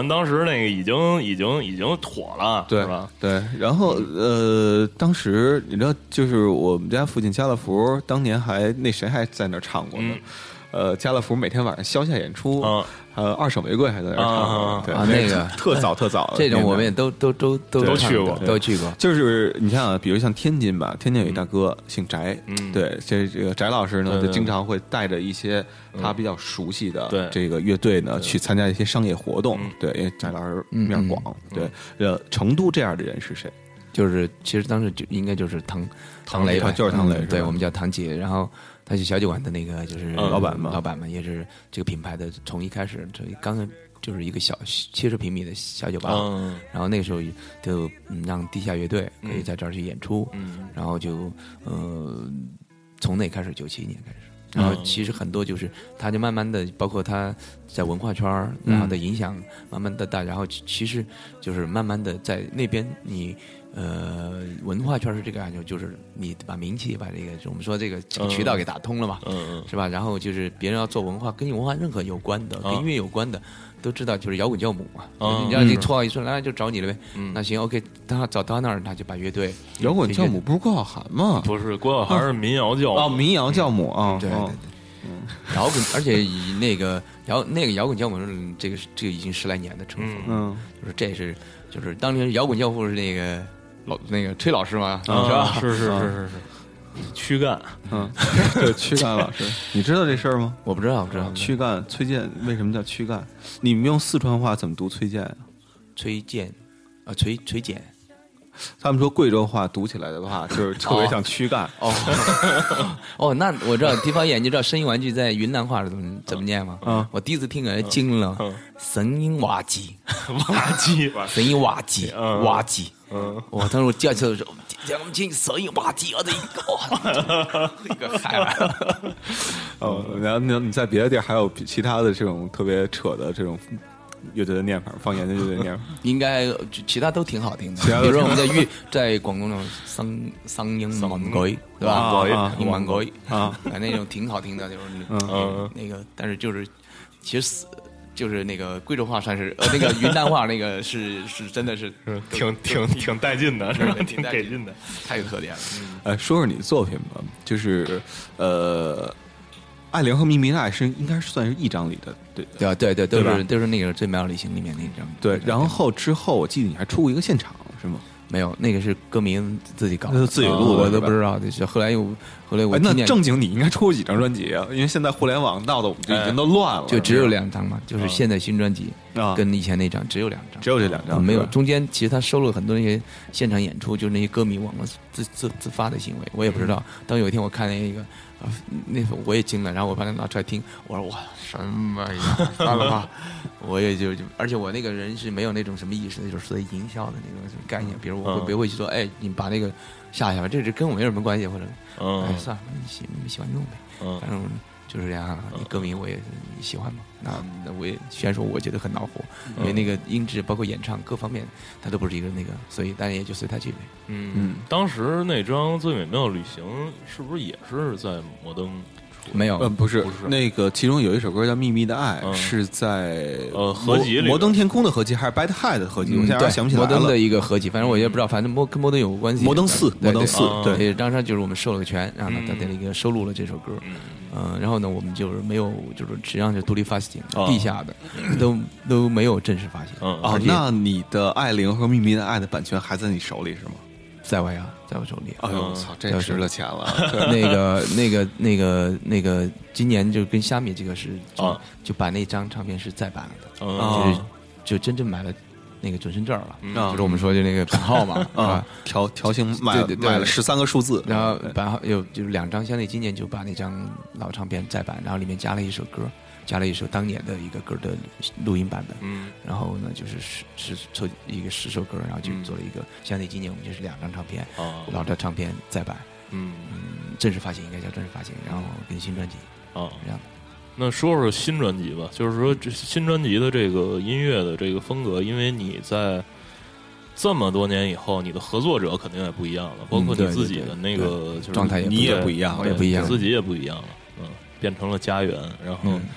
当时那个已经火了， 对是吧？ 对，然后当时你知道，就是我们家附近家乐福，当年还那谁还在那儿唱过呢。家乐福每天晚上消夏演出，二手玫瑰还在那儿唱，对， 那个特早的这种我们也都去过， 都去过。 就是你看啊，比如像天津吧，天津有一大哥姓翟，对，这个翟老师呢，就经常会带着一些他比较熟悉的这个乐队呢，去参加一些商业活动，对，因为翟老师面广，对，成都这样的人是谁？ 就是其实当时就应该就是唐雷吧， 就是唐雷， 对，我们叫唐姐，然后他是小酒馆的那个就是老板嘛， 也是这个品牌的从一开始刚就是一个小70平米的小酒吧，然后那个时候就让地下乐队可以在这儿去演出，然后就从那开始97年开始。然后其实很多就是他就慢慢的，包括他在文化圈然后的影响慢慢的大，然后其实就是慢慢的在那边你文化圈是这个感觉，就是你把名气把这个我们说这个渠道给打通了嘛，是吧？然后就是别人要做文化，跟文化任何有关的，跟音乐有关的，都知道就是摇滚教母嘛。你让这绰号一说，来就找你了呗。那行 ，OK， 他找到那儿，他就把乐队。 摇滚教母不是郭晓涵吗？ 不是郭晓涵是民谣教母民谣教母啊。 对。摇滚，而且以那个摇滚教母这个已经10来年的称呼，就是这是就是当年摇滚教父是那个崔老师嘛，是吧？ 是躯干， 对，躯干老师，你知道这事儿吗？ 我不知道， 躯干崔健为什么叫躯干？你们用四川话怎么读崔健啊？ 崔健，崔健。 他们说贵州话读起来的话，就是特别像躯干。 那我知道地方演，你知道声音玩具在云南话是怎么念吗？我第一次听了惊了，声音挖机，声音挖机，挖机。我当时我叫起来的时候，我们听声音挖机，这一个嗨了。 然后你在别的地儿还有其他的这种特别扯的这种乐队的念法，方言的乐队的念法， 应该其他都挺好听的。比如说我们在广东那种桑英晚鬼，对吧？英晚鬼那种挺好听的，就是那个，但是就是其实就是那个贵州话算是那个云南话那个是真的是挺带劲的，是吧？挺给劲的， 太有特点了。 说说你的作品吧，就是艾玲和秘密的爱是应该算是一张里的， 对，都是那个最美好旅行里面那一张。 对，然后之后我记得你还出过一个现场是吗？ 没有，那个是歌迷自己搞的， 自己录的， 我都不知道。就是后来我那正经你应该出过几张专辑啊？因为现在互联网闹得我们就已经都乱了。 就只有2张嘛，就是现在新专辑跟以前那张只有2张， 只有这2张， 没有中间其实他收录了很多那些现场演出，就是那些歌迷网络自发的行为，我也不知道。当有一天我看那个。那我也惊了，然后我把它拿出来听，我说哇什么呀，算了吧，我也就，而且我那个人是没有那种什么意识的，就是所谓营销的那种概念，比如我不会去说，哎，你把那个下来，这跟我没有什么关系，或者，哎，算了，你喜欢弄呗，反正就是这样，你歌迷我也喜欢嘛，那我也虽然说我觉得很恼火，因为那个音质包括演唱各方面，它都不是一个那个，所以但也就随他去呗。 当时那张《最美妙旅行》是不是也是在摩登？ 没有， 不是那个，其中有一首歌叫《秘密的爱》，是在合集里， 摩登天空的合集还是 Bad High 的合集？我现在想不起来了。 摩登的一个合集，反正我也不知道，反正跟摩登有关系。 摩登4， 对，当时就是我们授了个权，然后呢，他那个收录了这首歌，然后呢，我们就是没有，就是实际上是独立发行，地下的，都没有正式发行。 那你的艾玲和秘密的爱的版权还在你手里是吗？ 在我手里。 哎呦，操，这值了钱了。 那个，今年就跟虾米这个是就把那张唱片是再版了的，就真正买了那个准生证了，就是我们说就那个版号嘛，啊， 条形买了13个数字， 然后版号就是2张，相当于今年就把那张老唱片再版，然后里面加了一首歌。加了一首当年的一个歌的录音版的，然后呢就是凑一个10首歌，然后就做了一个，相当于今年我们就是2张唱片，老的唱片再版，正式发行应该叫正式发行，然后跟新专辑这样的。 那说说新专辑吧，就是说这新专辑的这个音乐的这个风格，因为你在这么多年以后，你的合作者肯定也不一样了，包括你自己的那个就是状态， 你也不一样， 也不一样， 自己也不一样了，变成了家园，然后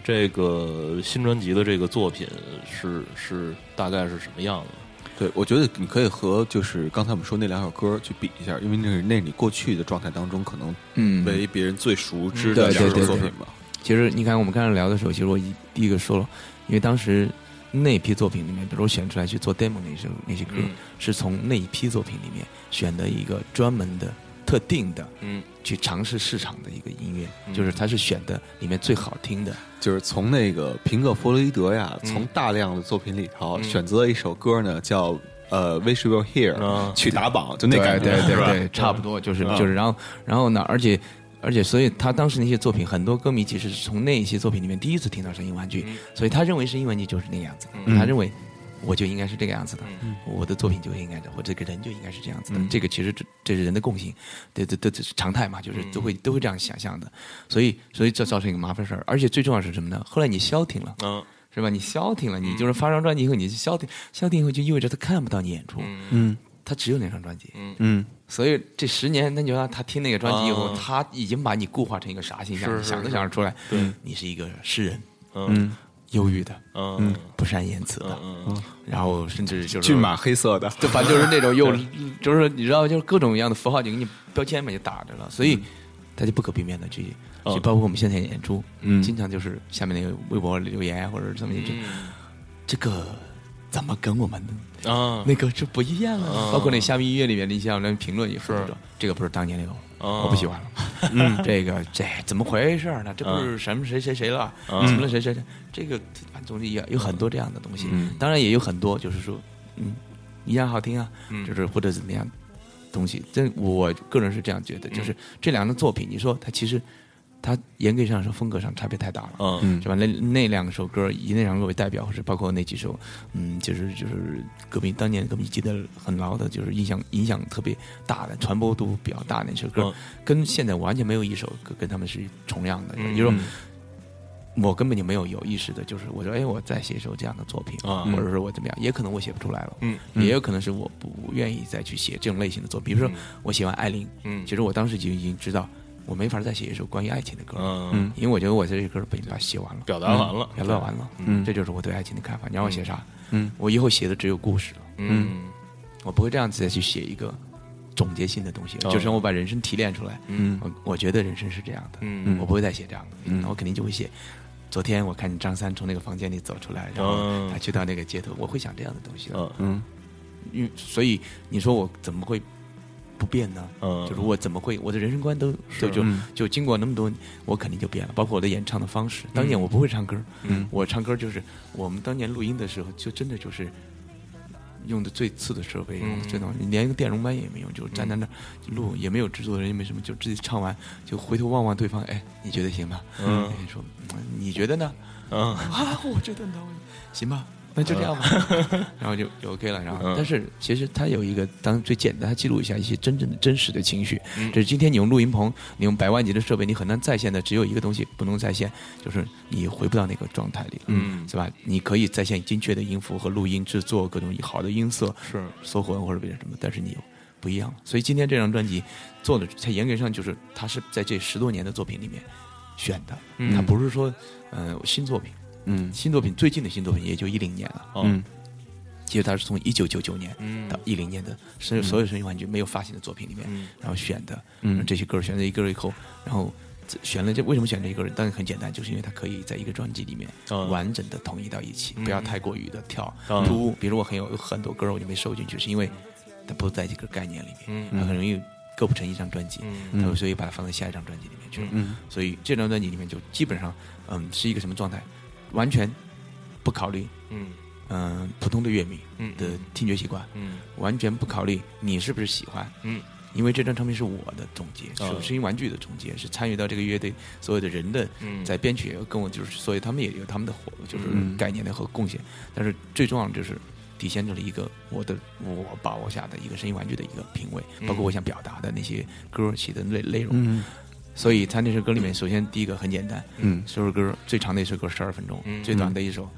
这个新专辑的这个作品是大概是什么样子？ 对，我觉得你可以和就是刚才我们说那两首歌去比一下，因为那是你过去的状态当中可能为别人最熟知的两首作品吧。 其实你看我们刚才聊的时候，其实我第一个说了，因为当时那批作品里面，比如我选出来去做 demo 那些歌，是从那一批作品里面选的一个专门的特定的去尝试市场的一个音乐，就是它是选的里面最好听的， 就是从那个平克·弗洛伊德呀，从大量的作品里头选择了一首歌呢，叫Wish You Were Here，去打榜，就那感觉， 对，差不多就是，然后呢，而且，所以他当时那些作品，很多歌迷其实是从那些作品里面第一次听到声音玩具，所以他认为声音玩具就是那个样子，他认为我就应该是这个样子的，我的作品就应该的，我这个人就应该是这样子的，这个其实这是人的共性，这是常态嘛，就是都会这样想象的，所以这造成一个麻烦事儿，而且最重要是什么呢？后来你消停了，是吧？你消停了，你就是发张专辑以后你是消停以后就意味着他看不到你演出，他只有那张专辑，所以这10年，那你让他听那个专辑以后，他已经把你固化成一个啥形象？想都想得出来，你是一个诗人，忧郁的，不善言辞的，然后甚至就是骏马黑色的， 反正就是那种就是你知道，就是各种各样的符号就给你标签嘛，就打着了，所以他就不可避免的去包括我们现在演出，经常就是下面那个微博留言或者什么这个怎么跟我们那个就不一样了，包括那虾米音乐里面的一些人评论也是这个不是当年那个，我不喜欢了，这怎么回事呢？这不是什么谁了，什么谁，这个反正有很多这样的东西，当然也有很多就是说一样好听啊，就是或者怎么样东西，这我个人是这样觉得，就是这两个作品，你说它其实它严格上说风格上差别太大了，是吧？那两首歌以那两个为代表，或者包括那几首，就是当年歌迷记得很牢的，就是影响特别大的，传播度比较大的那首歌，跟现在完全没有一首歌跟他们是重样的。也就是说，我根本就没有意识的，就是我说，哎，我再写一首这样的作品，或者说我怎么样，也可能我写不出来了，也有可能是我不愿意再去写这种类型的作品。比如说，我写完《艾琳》，其实我当时就已经知道。我没法再写一首关于爱情的歌，因为我觉得我这歌已经把它写完了， 表达完了， 这就是我对爱情的看法。你让我写啥？我以后写的只有故事了，我不会这样子再去写一个总结性的东西，就是我把人生提炼出来，我觉得人生是这样的，我不会再写这样的，我肯定就会写。昨天我看张三从那个房间里走出来，然后他去到那个街头，我会想这样的东西的，所以你说我怎么会？不变呢？就是我怎么会？我的人生观就经过那么多，我肯定就变了。包括我的演唱的方式，当年我不会唱歌，我唱歌就是我们当年录音的时候，就真的就是用的最次的设备，用的最连个电容麦也没用，就站在那录，也没有制作人，也没什么，就自己唱完就回头望望对方，哎，你觉得行吗？说你觉得呢？我觉得呢，行吧。那就这样吧，然后就 OK 了。然后，但是其实它有一个，最简单，它记录一下一些真正的真实的情绪。这是今天你用录音棚，你用100万级的设备，你很难再现的，只有一个东西不能再现，就是你回不到那个状态里，是吧？你可以再现精确的音符和录音制作各种好的音色，是缩混或者别的什么，但是你不一样。所以今天这张专辑做的，它严格上就是它是在这10多年的作品里面选的，它不是说新作品。新作品最近的新作品也就10年了，其实它是从1999年到10年的所有声音玩具没有发行的作品里面，然后选的，这些歌选了一个以后，然后选了为什么选这一个人？当然很简单，就是因为它可以在一个专辑里面完整的统一到一起，不要太过于的跳突兀。比如我有很多歌我就没收进去，是因为它不在这个概念里面，它很容易构不成一张专辑，所以把它放在下一张专辑里面去了。所以这张专辑里面就基本上是一个什么状态？完全不考虑普通的乐迷的听觉习惯，完全不考虑你是不是喜欢，因为这张唱片是我的总结，是声音玩具的总结，是参与到这个乐队所有的人的在编曲跟我就是，所以他们也有他们的就是概念的和贡献，但是最重要的就是体现出了一个我把握下的一个声音玩具的一个品味，包括我想表达的那些歌写的内容。所以他那首歌里面，首先第一个很简单，这首歌最长的一首歌12分钟，最短的一首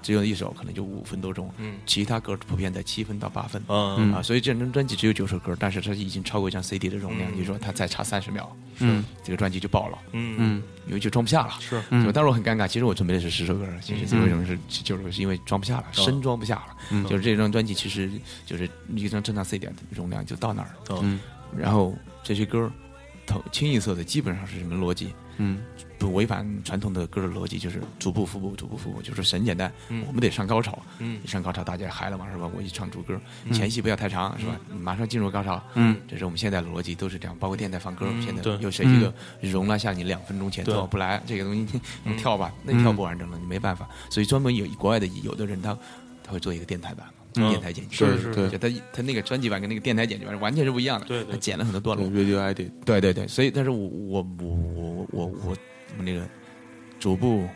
只有一首可能就5分多钟，其他歌普遍在7分到8分所以这张专辑只有9首歌，但是它已经超过一张 CD 的容量，你说它再差30秒，这个专辑就爆了，因为就装不下了， 是， 当时我很尴尬，其实我准备的是10首歌，其实为什么就是因为装不下了，深装不下了，就是这张专辑其实就是一张正常 CD 的容量就到那儿，然后这些歌清一色的基本上是什么逻辑？不违反传统的歌的逻辑，就是主部副部，主部副部，就是很简单。我们得上高潮，上高潮大家嗨了嘛，是吧？我一唱主歌，前戏不要太长，是吧？马上进入高潮，这是我们现在的逻辑都是这样，包括电台放歌，现在有谁一个容了下你2分钟前奏不来，这个东西你跳吧，那跳不完整了，你没办法。所以专门有国外的有的人他会做一个电台版。电台剪辑是， 就他那个专辑版跟那个电台剪辑版完全是不一样的， 对， 他剪了很多段落。 Radio Edit， 对，所以但是我那个主部、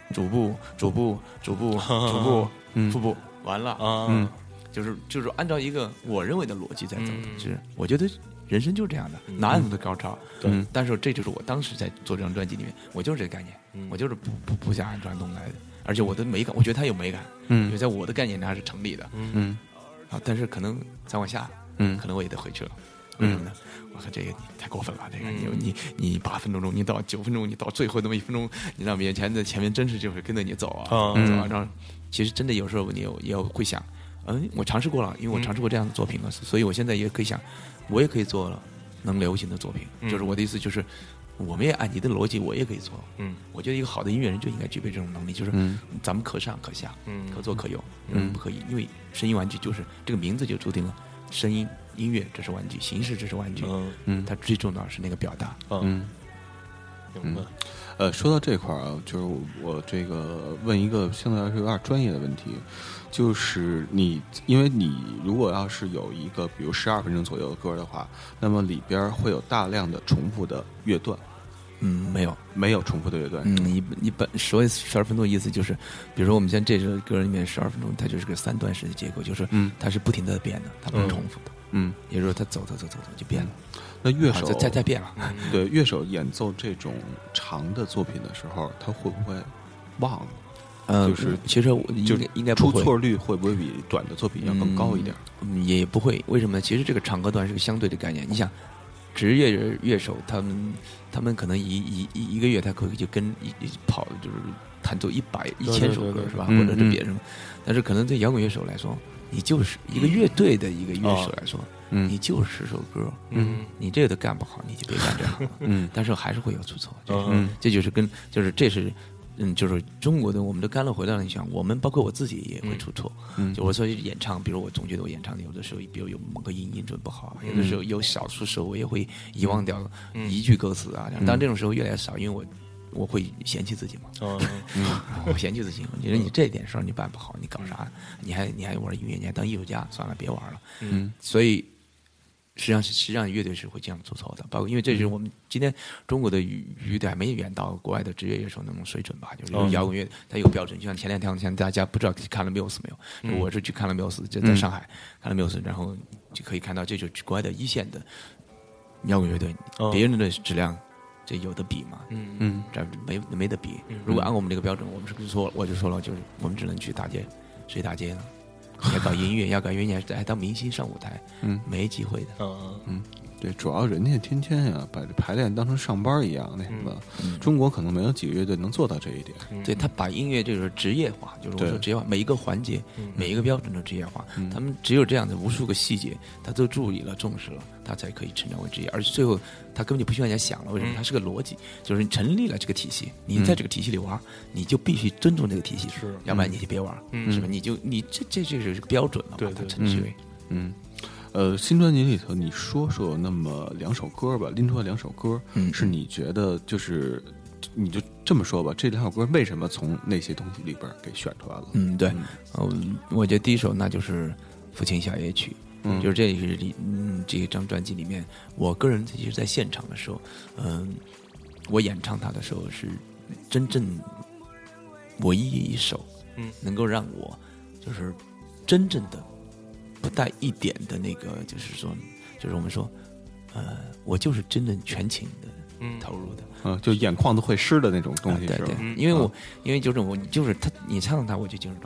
副部完了就是按照一个我认为的逻辑在走的，是我觉得人生就是这样的，哪有那么多高潮？但是这就是我当时在做这张专辑里面，我就是这个概念，我就是不想按传统来的，而且我的美感，我觉得它有美感，因为在我的概念它是成立的，但是可能再往下，可能我也得回去了，为什么呢？我看这个太过分了，这个你8分钟，你到9分钟，你到最后那么1分钟，你让面前真是就会跟着你走啊，然后其实真的有时候你也会想，我尝试过了，因为我尝试过这样的作品了，所以我现在也可以想，我也可以做了能流行的作品，就是我的意思就是。我们也按你的逻辑，我也可以做。我觉得一个好的音乐人就应该具备这种能力，就是咱们可上可下，可做可有，不可以。因为声音玩具就是这个名字就注定了，声音音乐这是玩具，形式这是玩具，它最重要的是那个表达。 明白。 说到这块儿啊，就是我这个问一个相对来说有点专业的问题，就是因为你如果要是有一个比如12分钟左右的歌的话，那么里边会有大量的重复的乐段。没有重复的乐段。 你本所谓12分钟的意思就是，比如说我们现在这首歌里面12分钟，它就是个3段式的结构，就是它是不停的变的，它不是重复的。也就是说它走就变了。 那乐手再变了。 对，乐手演奏这种长的作品的时候，他会不会忘了？就是其实应该不会， 出错率会不会比短的作品要更高一点？ 也不会。为什么呢？其实这个长和短是个相对的概念。你想，职业乐手他们可能一个月他可以就跟跑就是弹奏1000首歌是吧？或者是别人，但是可能对摇滚乐手来说，你就是一个乐队的一个乐手来说，你就10首歌，你这个都干不好，你就别干这行了。但是还是会有出错，这就是这是。就是中国的我们的干了回来了，你想，我们包括我自己也会出错。就我说演唱，比如我总觉得我演唱有的时候，比如有某个音准不好，有的时候有少数时候我也会遗忘掉一句歌词啊。当然这种时候越来越少，因为我会嫌弃自己嘛。我嫌弃自己，我觉得你这点事儿你办不好，你搞啥？你还玩音乐，你还当艺术家？算了，别玩了。所以。实际上乐队是会这样出错的，包括因为这是我们今天中国的乐队还没远到国外的职业乐手那种水准吧，就是摇滚乐它有标准，就像前2天大家不知道看了 Muse 没有？我是去看了 Muse， 就在上海看了 Muse，然后就可以看到这就是国外的一线的摇滚乐队，别人的质量这有的比吗？这没得比。如果按我们这个标准，我们是说我就说了，就是我们只能去大街，谁大街呢？要搞音乐，还当明星上舞台，没机会的。 对，主要人家天天呀把这排练当成上班一样，那什么，中国可能没有几个乐队能做到这一点。 对，他把音乐就是职业化，就是我说职业化，每一个环节、每一个标准都职业化。他们只有这样的无数个细节，他都注意了、重视了，他才可以成长为职业。而且最后，他根本就不需要人家想了，为什么？他是个逻辑，就是你成立了这个体系，你在这个体系里玩，你就必须尊重这个体系，要不然你就别玩，是吧？你这就是个标准了，把它称之为新专辑里头，你说那么2首歌吧，拎出来2首歌，是你觉得就是你就这么说吧，这2首歌为什么从那些东西里边给选出来了？ 对，我觉得第一首那就是《父亲小夜曲》，就是这是这张专辑里面，我个人其实在现场的时候，我演唱它的时候是真正唯一一首，能够让我就是真正的。不带一点的那个，就是我们说，我就是真正全情的投入的， 就眼眶都会湿的那种东西， 对，因为就是他，你唱到他，我就进入状态，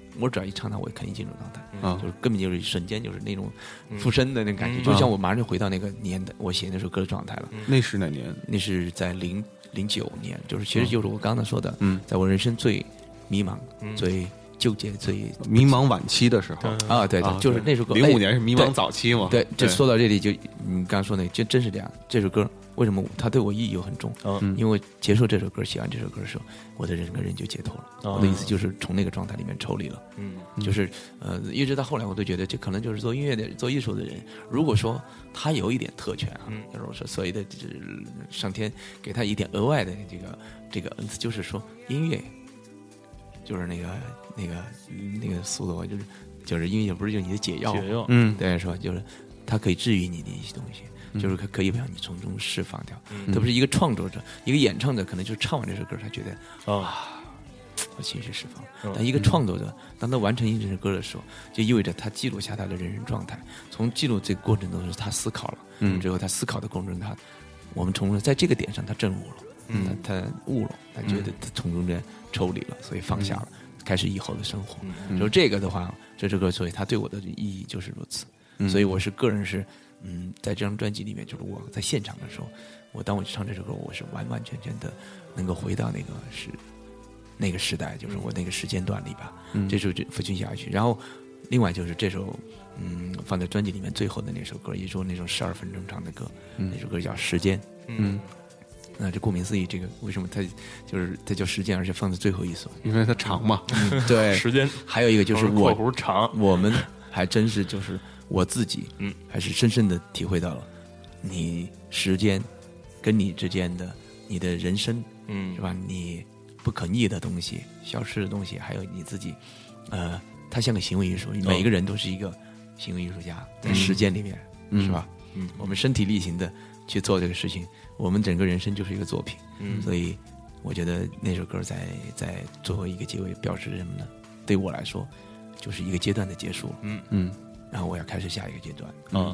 我只要一唱它，我肯定进入状态，就是根本就是瞬间就是那种附身的那种感觉，就像我马上就回到那个年代，我写那首歌的状态了。 那是哪年？ 那是在09年，就是其实就是我刚才说的，在我人生最迷茫、最纠结、最迷茫晚期的时候啊，对，就是那首歌。 05年是迷茫早期嘛？ 对，这说到这里就你刚刚说那就真是这样。这首歌为什么它对我意义又很重？因为结束这首歌，写完这首歌的时候，我的整个人就解脱了。我的意思就是从那个状态里面抽离了。就是一直到后来，我都觉得这可能就是做音乐的、做艺术的人，如果说他有一点特权啊，就是说所谓的就是上天给他一点额外的这个恩赐，就是说音乐，就是那个速度，就是音乐不是就是你的解药，对，说就是它可以治愈你的一些东西。就是可以让你从中释放掉，特别是一个创作者、一个演唱者，可能就是唱完这首歌，他觉得我情绪释放。但一个创作者，当他完成一首歌的时候，就意味着他记录下他的人生状态。从记录这个过程中，是他思考了，最后他思考的过程中，我们从在这个点上，他证悟了，他悟了，他觉得他从中间抽离了，所以放下了，开始以后的生活。就这个的话，这首歌所以它对我的意义就是如此。所以我是个人是。在这张专辑里面，就是我在现场的时候，当我唱这首歌，我是完完全全的能够回到那个时代，就是我那个时间段里吧。这首《抚琴小曲》，然后另外就是这首放在专辑里面最后的那首歌，也就是那种12分钟长的歌，那首歌叫《时间》。那这顾名思义，这个为什么它叫时间，而且放在最后一首？ 因为它长嘛。 对， 时间。 还有一个就是括弧长， 我们还真是就是我自己，还是深深的体会到了，你时间跟你之间的你的人生，是吧？你不可逆的东西、消失的东西，还有你自己，它像个行为艺术，每一个人都是一个行为艺术家，在时间里面，是吧？我们身体力行的去做这个事情，我们整个人生就是一个作品。所以我觉得那首歌在最后一个结尾表示什么呢？对我来说，就是一个阶段的结束。然后我要开始下一个阶段。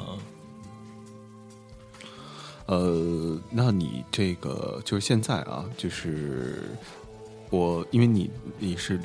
那你这个就是现在啊，就是因为你是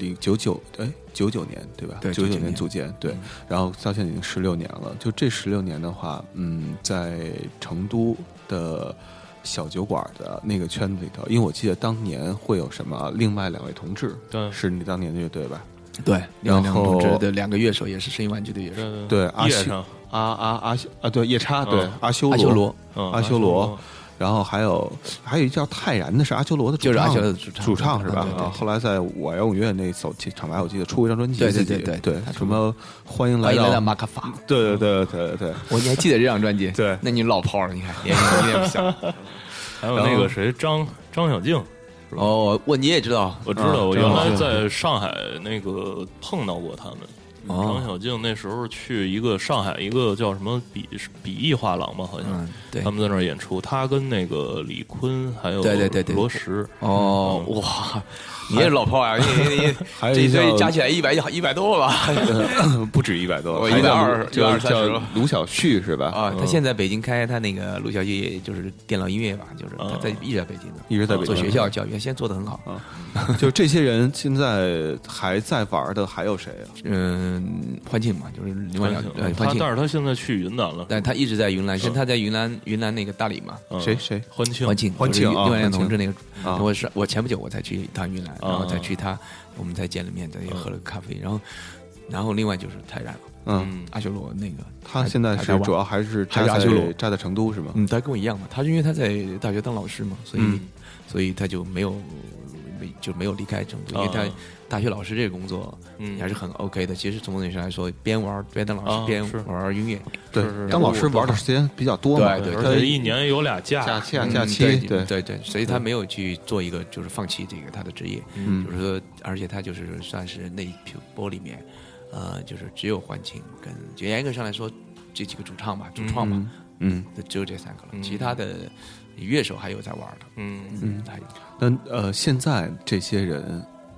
99年对吧？ 对 ，99年组建，对，然后到现在已经16年了。就这16年的话，在成都的小酒馆的那个圈子里头，因为我记得当年会有什么另外2位同志， 对， 是你当年的乐队吧？ 对，然后同志的2个乐手也是声音玩具的乐手， 对，对，夜叉，对，阿修罗，然后还有一叫泰然的是阿修罗的主唱， 就是阿修罗的主唱是吧？后来在我摇滚乐那首厂牌，我记得出过一张专辑，对，什么欢迎来到马卡法， 对， 你还记得这张专辑？ 对， 那你老炮了，你看年龄不小。 还有那个谁，张小静。 你也知道？ 我知道，我原来在上海那个碰到过他们。张小静那时候去一个上海一个叫什么笔艺画廊吧，好像， 对， 他们在那儿演出，他跟那个李坤还有罗什。 哇，你也是老炮啊！你这加起来100多吧？ 不止100多， 我120， 叫卢晓旭是吧？ 他现在北京开他那个卢晓旭，就是电脑音乐吧，就是他一直在北京的， 一直在北京做学校教育，现在做得很好。 就这些人现在还在玩的还有谁啊？ 欢庆嘛，就是另外欢庆， 但是他现在去云南了， 但他一直在云南，现在他在云南那个大理嘛。 谁？ 欢庆， 另外2个同志那个，我前不久我才去一趟云南，然后再去我们才见了面，也喝了个咖啡，然后另外就是泰然了，阿修罗那个， 他现在是主要还是阿修罗扎在成都是吗？ 他跟我一样嘛，他是因为他在大学当老师嘛，所以他就没有离开成都，因为他大学老师这个工作还是很 OK 的。其实从某种意义上来说，边当老师边玩音乐， 对，当老师玩的时间比较多嘛， 对， 而且1年有俩假期， 对，所以他没有去做一个就是放弃这个他的职业，就是说，而且他就是算是那一批波里面，就是只有欢庆跟就严格上来说这几个主创嘛，只有这3个了，其他的乐手还有在玩的，还有。 那现在这些人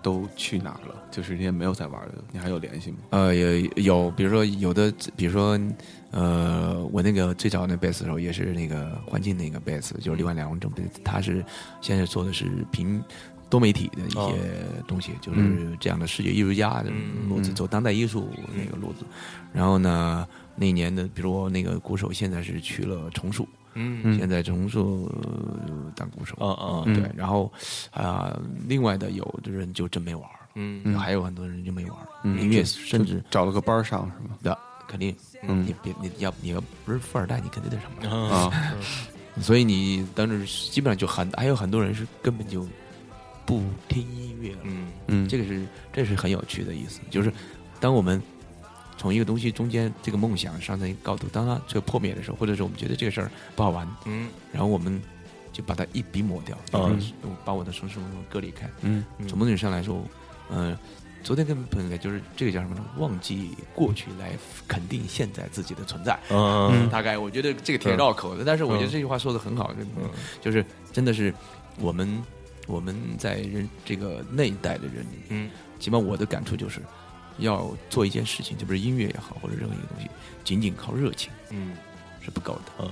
都去哪儿了？就是这些没有在玩的，你还有联系吗？ 有，比如说有的，比如说我那个最早那贝斯手也是那个环境那个贝斯，就是另外两种贝斯，他是现在做的是多媒体的一些东西，就是这样的视觉艺术家的路子，走当代艺术那个路子。然后呢，那一年的，比如我那个鼓手现在是去了重塑。现在重塑当鼓手对，然后另外的有的人就真没玩，还有很多人就没玩，音乐甚至找了个班上是吗？ 对，肯定，你要不是富二代，你肯定得上班啊。所以你当时基本上就还有很多人是根本就不听音乐了，这是很有趣的意思，就是当我们从一个东西中间，这个梦想上升一个高度，当它这个破灭的时候，或者是我们觉得这个事儿不好玩，然后我们就把它一笔抹掉，把我的生活割离开。从某种上来说，昨天跟朋友就是这个叫什么呢？忘记过去来肯定现在自己的存在。大概我觉得这个挺绕口的，但是我觉得这句话说的很好，就是真的是我们在这个那一代的人，起码我的感触就是。要做一件事情，就不是音乐也好，或者任何一个东西，仅仅靠热情，是不够的。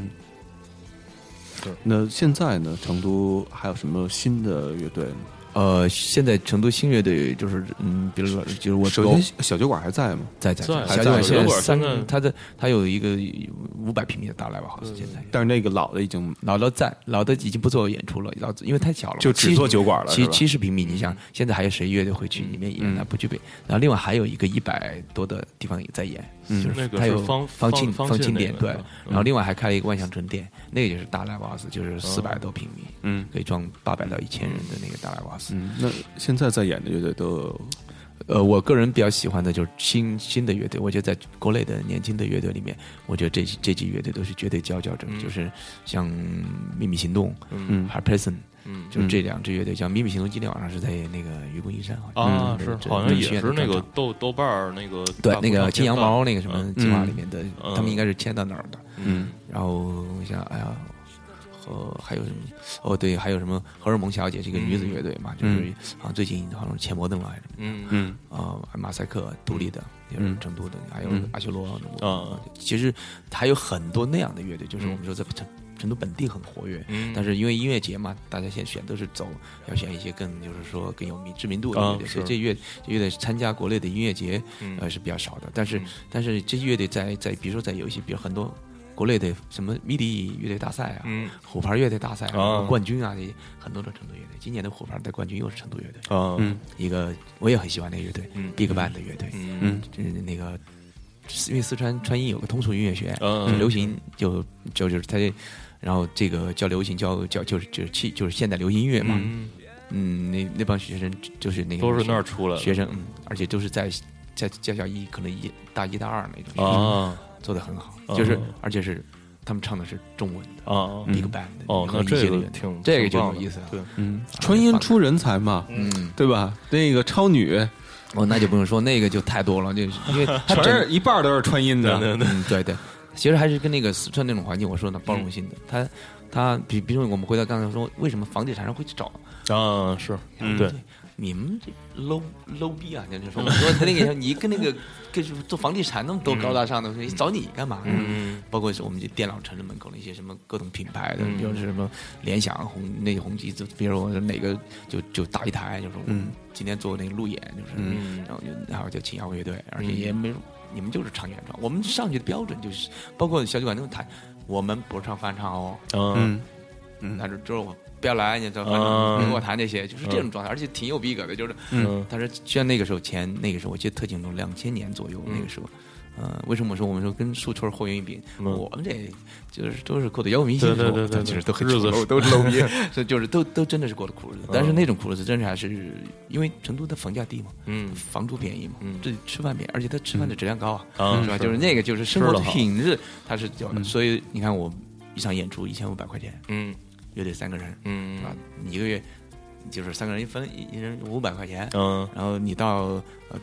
是。那现在呢？成都还有什么新的乐队呢？ 现在成都新乐队就是，比如说，就是我首先小酒馆还在吗？ 在小酒馆现在它有一个500平米的大 live house，现在， 但是那个老的已经老的已经不做演出了，因为太小了， 就只做酒馆了 ，70平米，你想现在还有谁乐队会去里面演？那不具备。然后另外还有一个100多的地方也在演，就是它有方庆店，对。然后另外还开了一个万象城店，那个就是大 live house，就是400多平米，可以装800到1000人的那个大 live house。 那现在在演的乐队都有， 我个人比较喜欢的就是新的乐队。我觉得在国内的年轻的乐队里面，我觉得这几乐队都是绝对佼佼者，就是像秘密行动，Harprison，就是这2支乐队，叫秘密行动，今天晚上是在那个愚公移山好像也是那个豆瓣那个对那个金羊毛那个什么计划里面的，他们应该是签到那儿的。然后我想，哎呀。还有什么？对，还有什么荷尔蒙小姐这个女子乐队嘛，就是好像最近好像前摩登了还是马赛克独立的，也是成都的，还有阿修罗其实还有很多那样的乐队，就是我们说在成都本地很活跃，但是因为音乐节嘛，大家现在选都是要选一些更就是说更有知名度的乐队，所以这乐队参加国内的音乐节是比较少的，但是这些乐队在比如说在有一些比如很多。国内的什么迷笛乐队大赛啊，虎牌乐队大赛冠军啊，这很多的成都乐队。今年的虎牌的冠军又是成都乐队一个我也很喜欢那个乐队，Big Band 的乐队，就是那个，因为四川川音有个通俗音乐学院，流行就是它，然后这个叫流行就是现代流行音乐嘛，那帮学生就是那个都是那儿出来的学生，而且都是在驾校可能大1大2那种学生。做得很好，就是而且是他们唱的是中文的Big Band 那这个这个就有意思了。 对， 川音出人才嘛，对吧？那个超女， 那就不用说，那个就太多了，就因为全是一半都是川音的， 对，其实还是跟那个四川那种环境，我说的包容性的，他比如说我们回到刚才说，为什么房地产商会去找是对。 你们这 low 逼啊！就是说他那个你跟那个做房地产那么多高大上的，找你干嘛？包括是我们这电脑城的门口那些什么各种品牌的，比如是什么联想、红旗，比如说哪个就打一台，就是我们今天做那个路演，就是然后就请摇滚乐队，而且也没你们就是唱原创，我们上去的标准就是包括小酒馆那种台，我们不是唱翻唱哦，但是之后。不要来，你知道，反正别跟我谈这些，就是这种状态，而且挺有逼格的，就是，但是像那个时候我记得特清楚，2000年左右那个时候，为什么我们说跟树村后援一比，我们这就是都是过的摇滚明星， 对， 其实都很丑陋，都是 low 逼，所以就是都真的是过的苦日子，但是那种苦日子真是还是因为成都的房价低嘛，房租便宜嘛，这吃饭便宜，而且它吃饭的质量高是吧？就是那个就是生活的品质它是有的，所以你看我一场演出1500块钱，乐队3个人，是吧？你一个月就是3个人一人500块钱，然后你到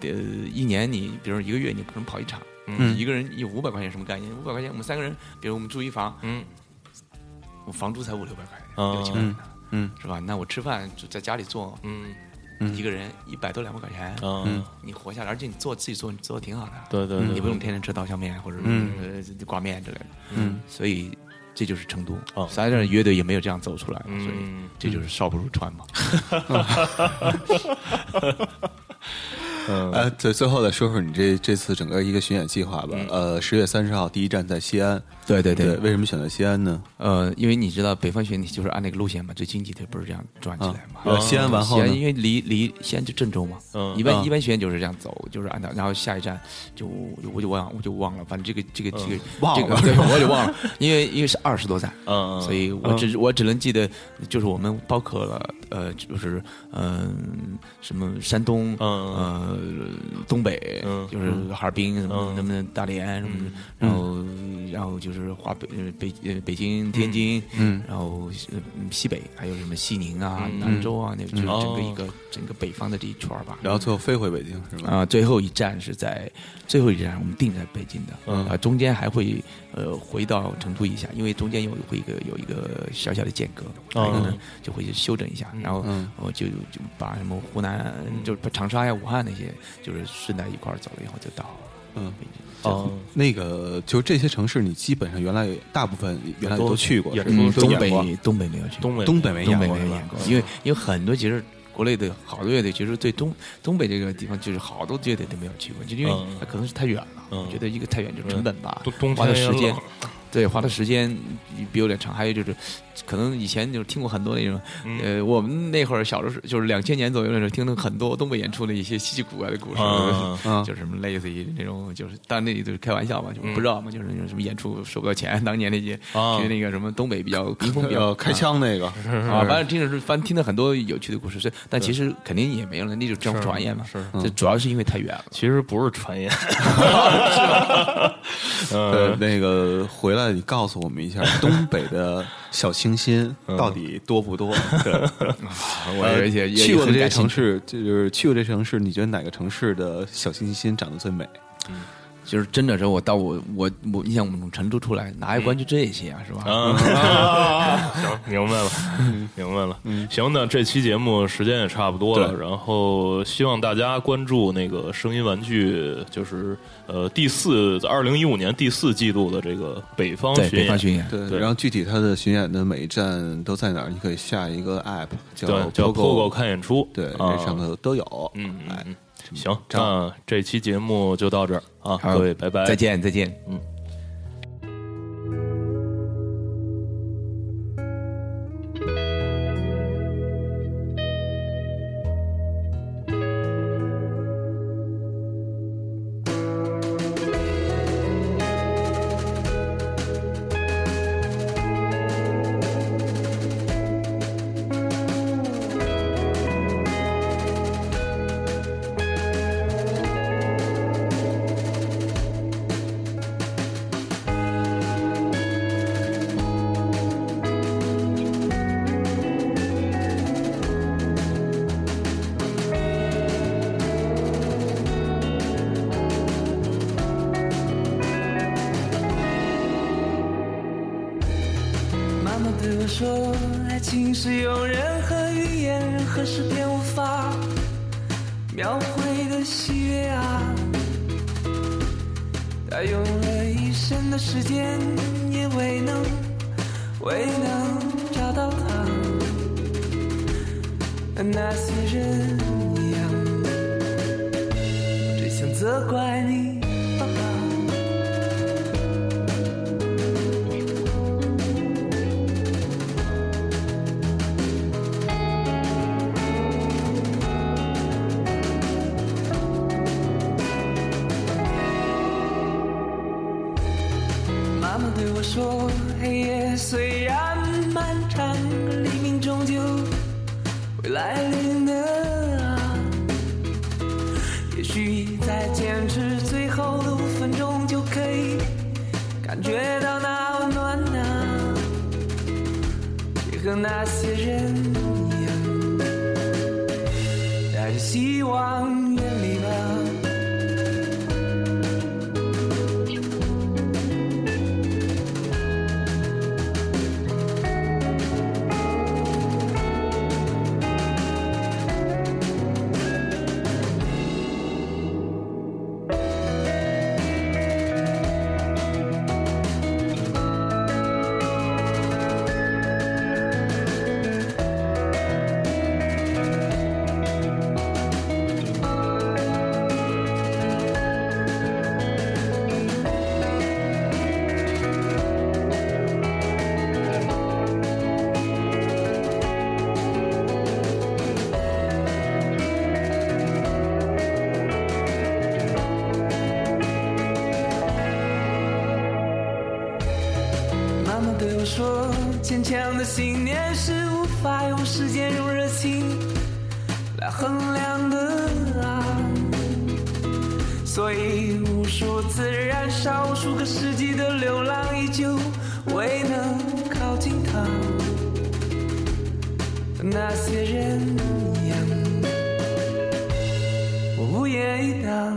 1年，你比如说1个月你不能跑1场，一个人有500块钱什么概念？500块钱我们3个人，比如我们住一房，我房租才500-600块，6000块，是吧？那我吃饭就在家里做， 一个人100多200块钱，你活下来，而且你自己做的挺好的， 对对， 你不用天天吃刀削面或者挂面之类的，所以这就是成都，咱这乐队也没有这样走出来，所以这就是少不如川嘛。 最后再说说你这次整个一个巡演计划吧。10月30号第一站在西安。 对， 为什么选择西安呢？ 因为你知道北方巡演就是按那个路线嘛，最经济的不是这样转起来嘛。 西安完后呢， 西安因为离西安就郑州嘛，一般巡演就是这样走，就是按照，然后下一站我就忘了，反正这个忘了， 对，我就忘了，因为是20多站，所以我只能记得就是我们包括了就是什么山东东北，就是哈尔滨什么大连什么，然后就是北京、天津，然后西北还有什么西宁啊、兰州啊，那就是整个北方的这一圈吧。 然后最后飞回北京是吧？ 最后一站我们定在北京的，中间还会回到成都一下，因为中间有一个小小的间隔，还有呢就会修整一下，然后我就把什么湖南就是长沙呀、武汉那些，就是顺带一块走了以后就到北京。 那个就这些城市，你基本上大部分原来都去过， 东北没有去， 东北没演过，因为很多其实国内的好多乐队，其实对东北这个地方就是好多乐队都没有去过，就因为可能是太远了，我觉得一个太远就是成本吧，花的时间。对，花的时间比我点长，还有就是可能以前就是听过很多那种，我们那会儿小的时候就是2000年左右的时候，听了很多东北演出的一些稀奇古怪的故事，就是什么类似于那种，就是当然那里都是开玩笑嘛，就不知道嘛，就是那种什么演出收不到钱，当年那些去那个什么东北比较民风比较开枪那个反正听了很多有趣的故事，但其实肯定也没有了，那就是这种传言嘛，这主要是因为太远了， 其实不是传言， 那个回来。你告诉我们一下，东北的小清新到底多不多？对， 我去过这城市，就是去过这城市，你觉得哪个城市的小清新长得最美？ 就是真的是我你想我们从成都出来，哪有关就这些啊，是吧？ 行，明白了。行，那这期节目时间也差不多了，然后希望大家关注那个声音玩具，就是2015年第4季度的这个北方巡演， 对，然后具体它的巡演的每一站都在哪儿，你可以下一个 app 叫 Pogo 看演出， 对，这上头都有。 行，那这期节目就到这儿啊，各位拜拜， 再见。 说爱情是用任何语言任何诗篇无法描绘的喜悦啊，他用了一生的时间也未能找到他，那些人一样只想责怪你爸爸。对我说，黑夜虽然漫长，黎明终究会来临的啊。也许再坚持最后的5分钟，就可以感觉到那温暖啊。也和那些人一样，带着希望远离吧。 坚强的信念是无法用时间用热情来衡量的啊，所以无数次燃烧，无数个世纪的流浪，依旧未能靠近他。那些人一样，我无言以答。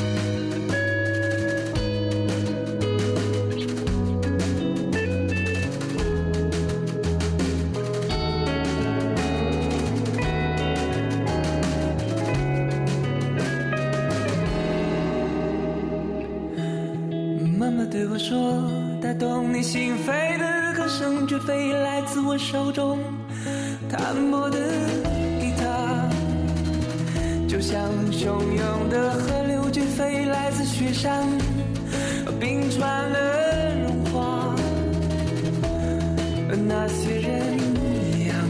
妈妈对我说，打动你心扉的歌声绝非来自我手中弹拨的吉他，就像汹涌的河流绝非来自雪山和冰川的融化。那些人一样，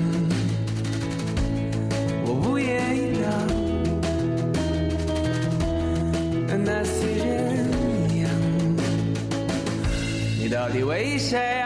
我无言以答。那些人一样，你到底为谁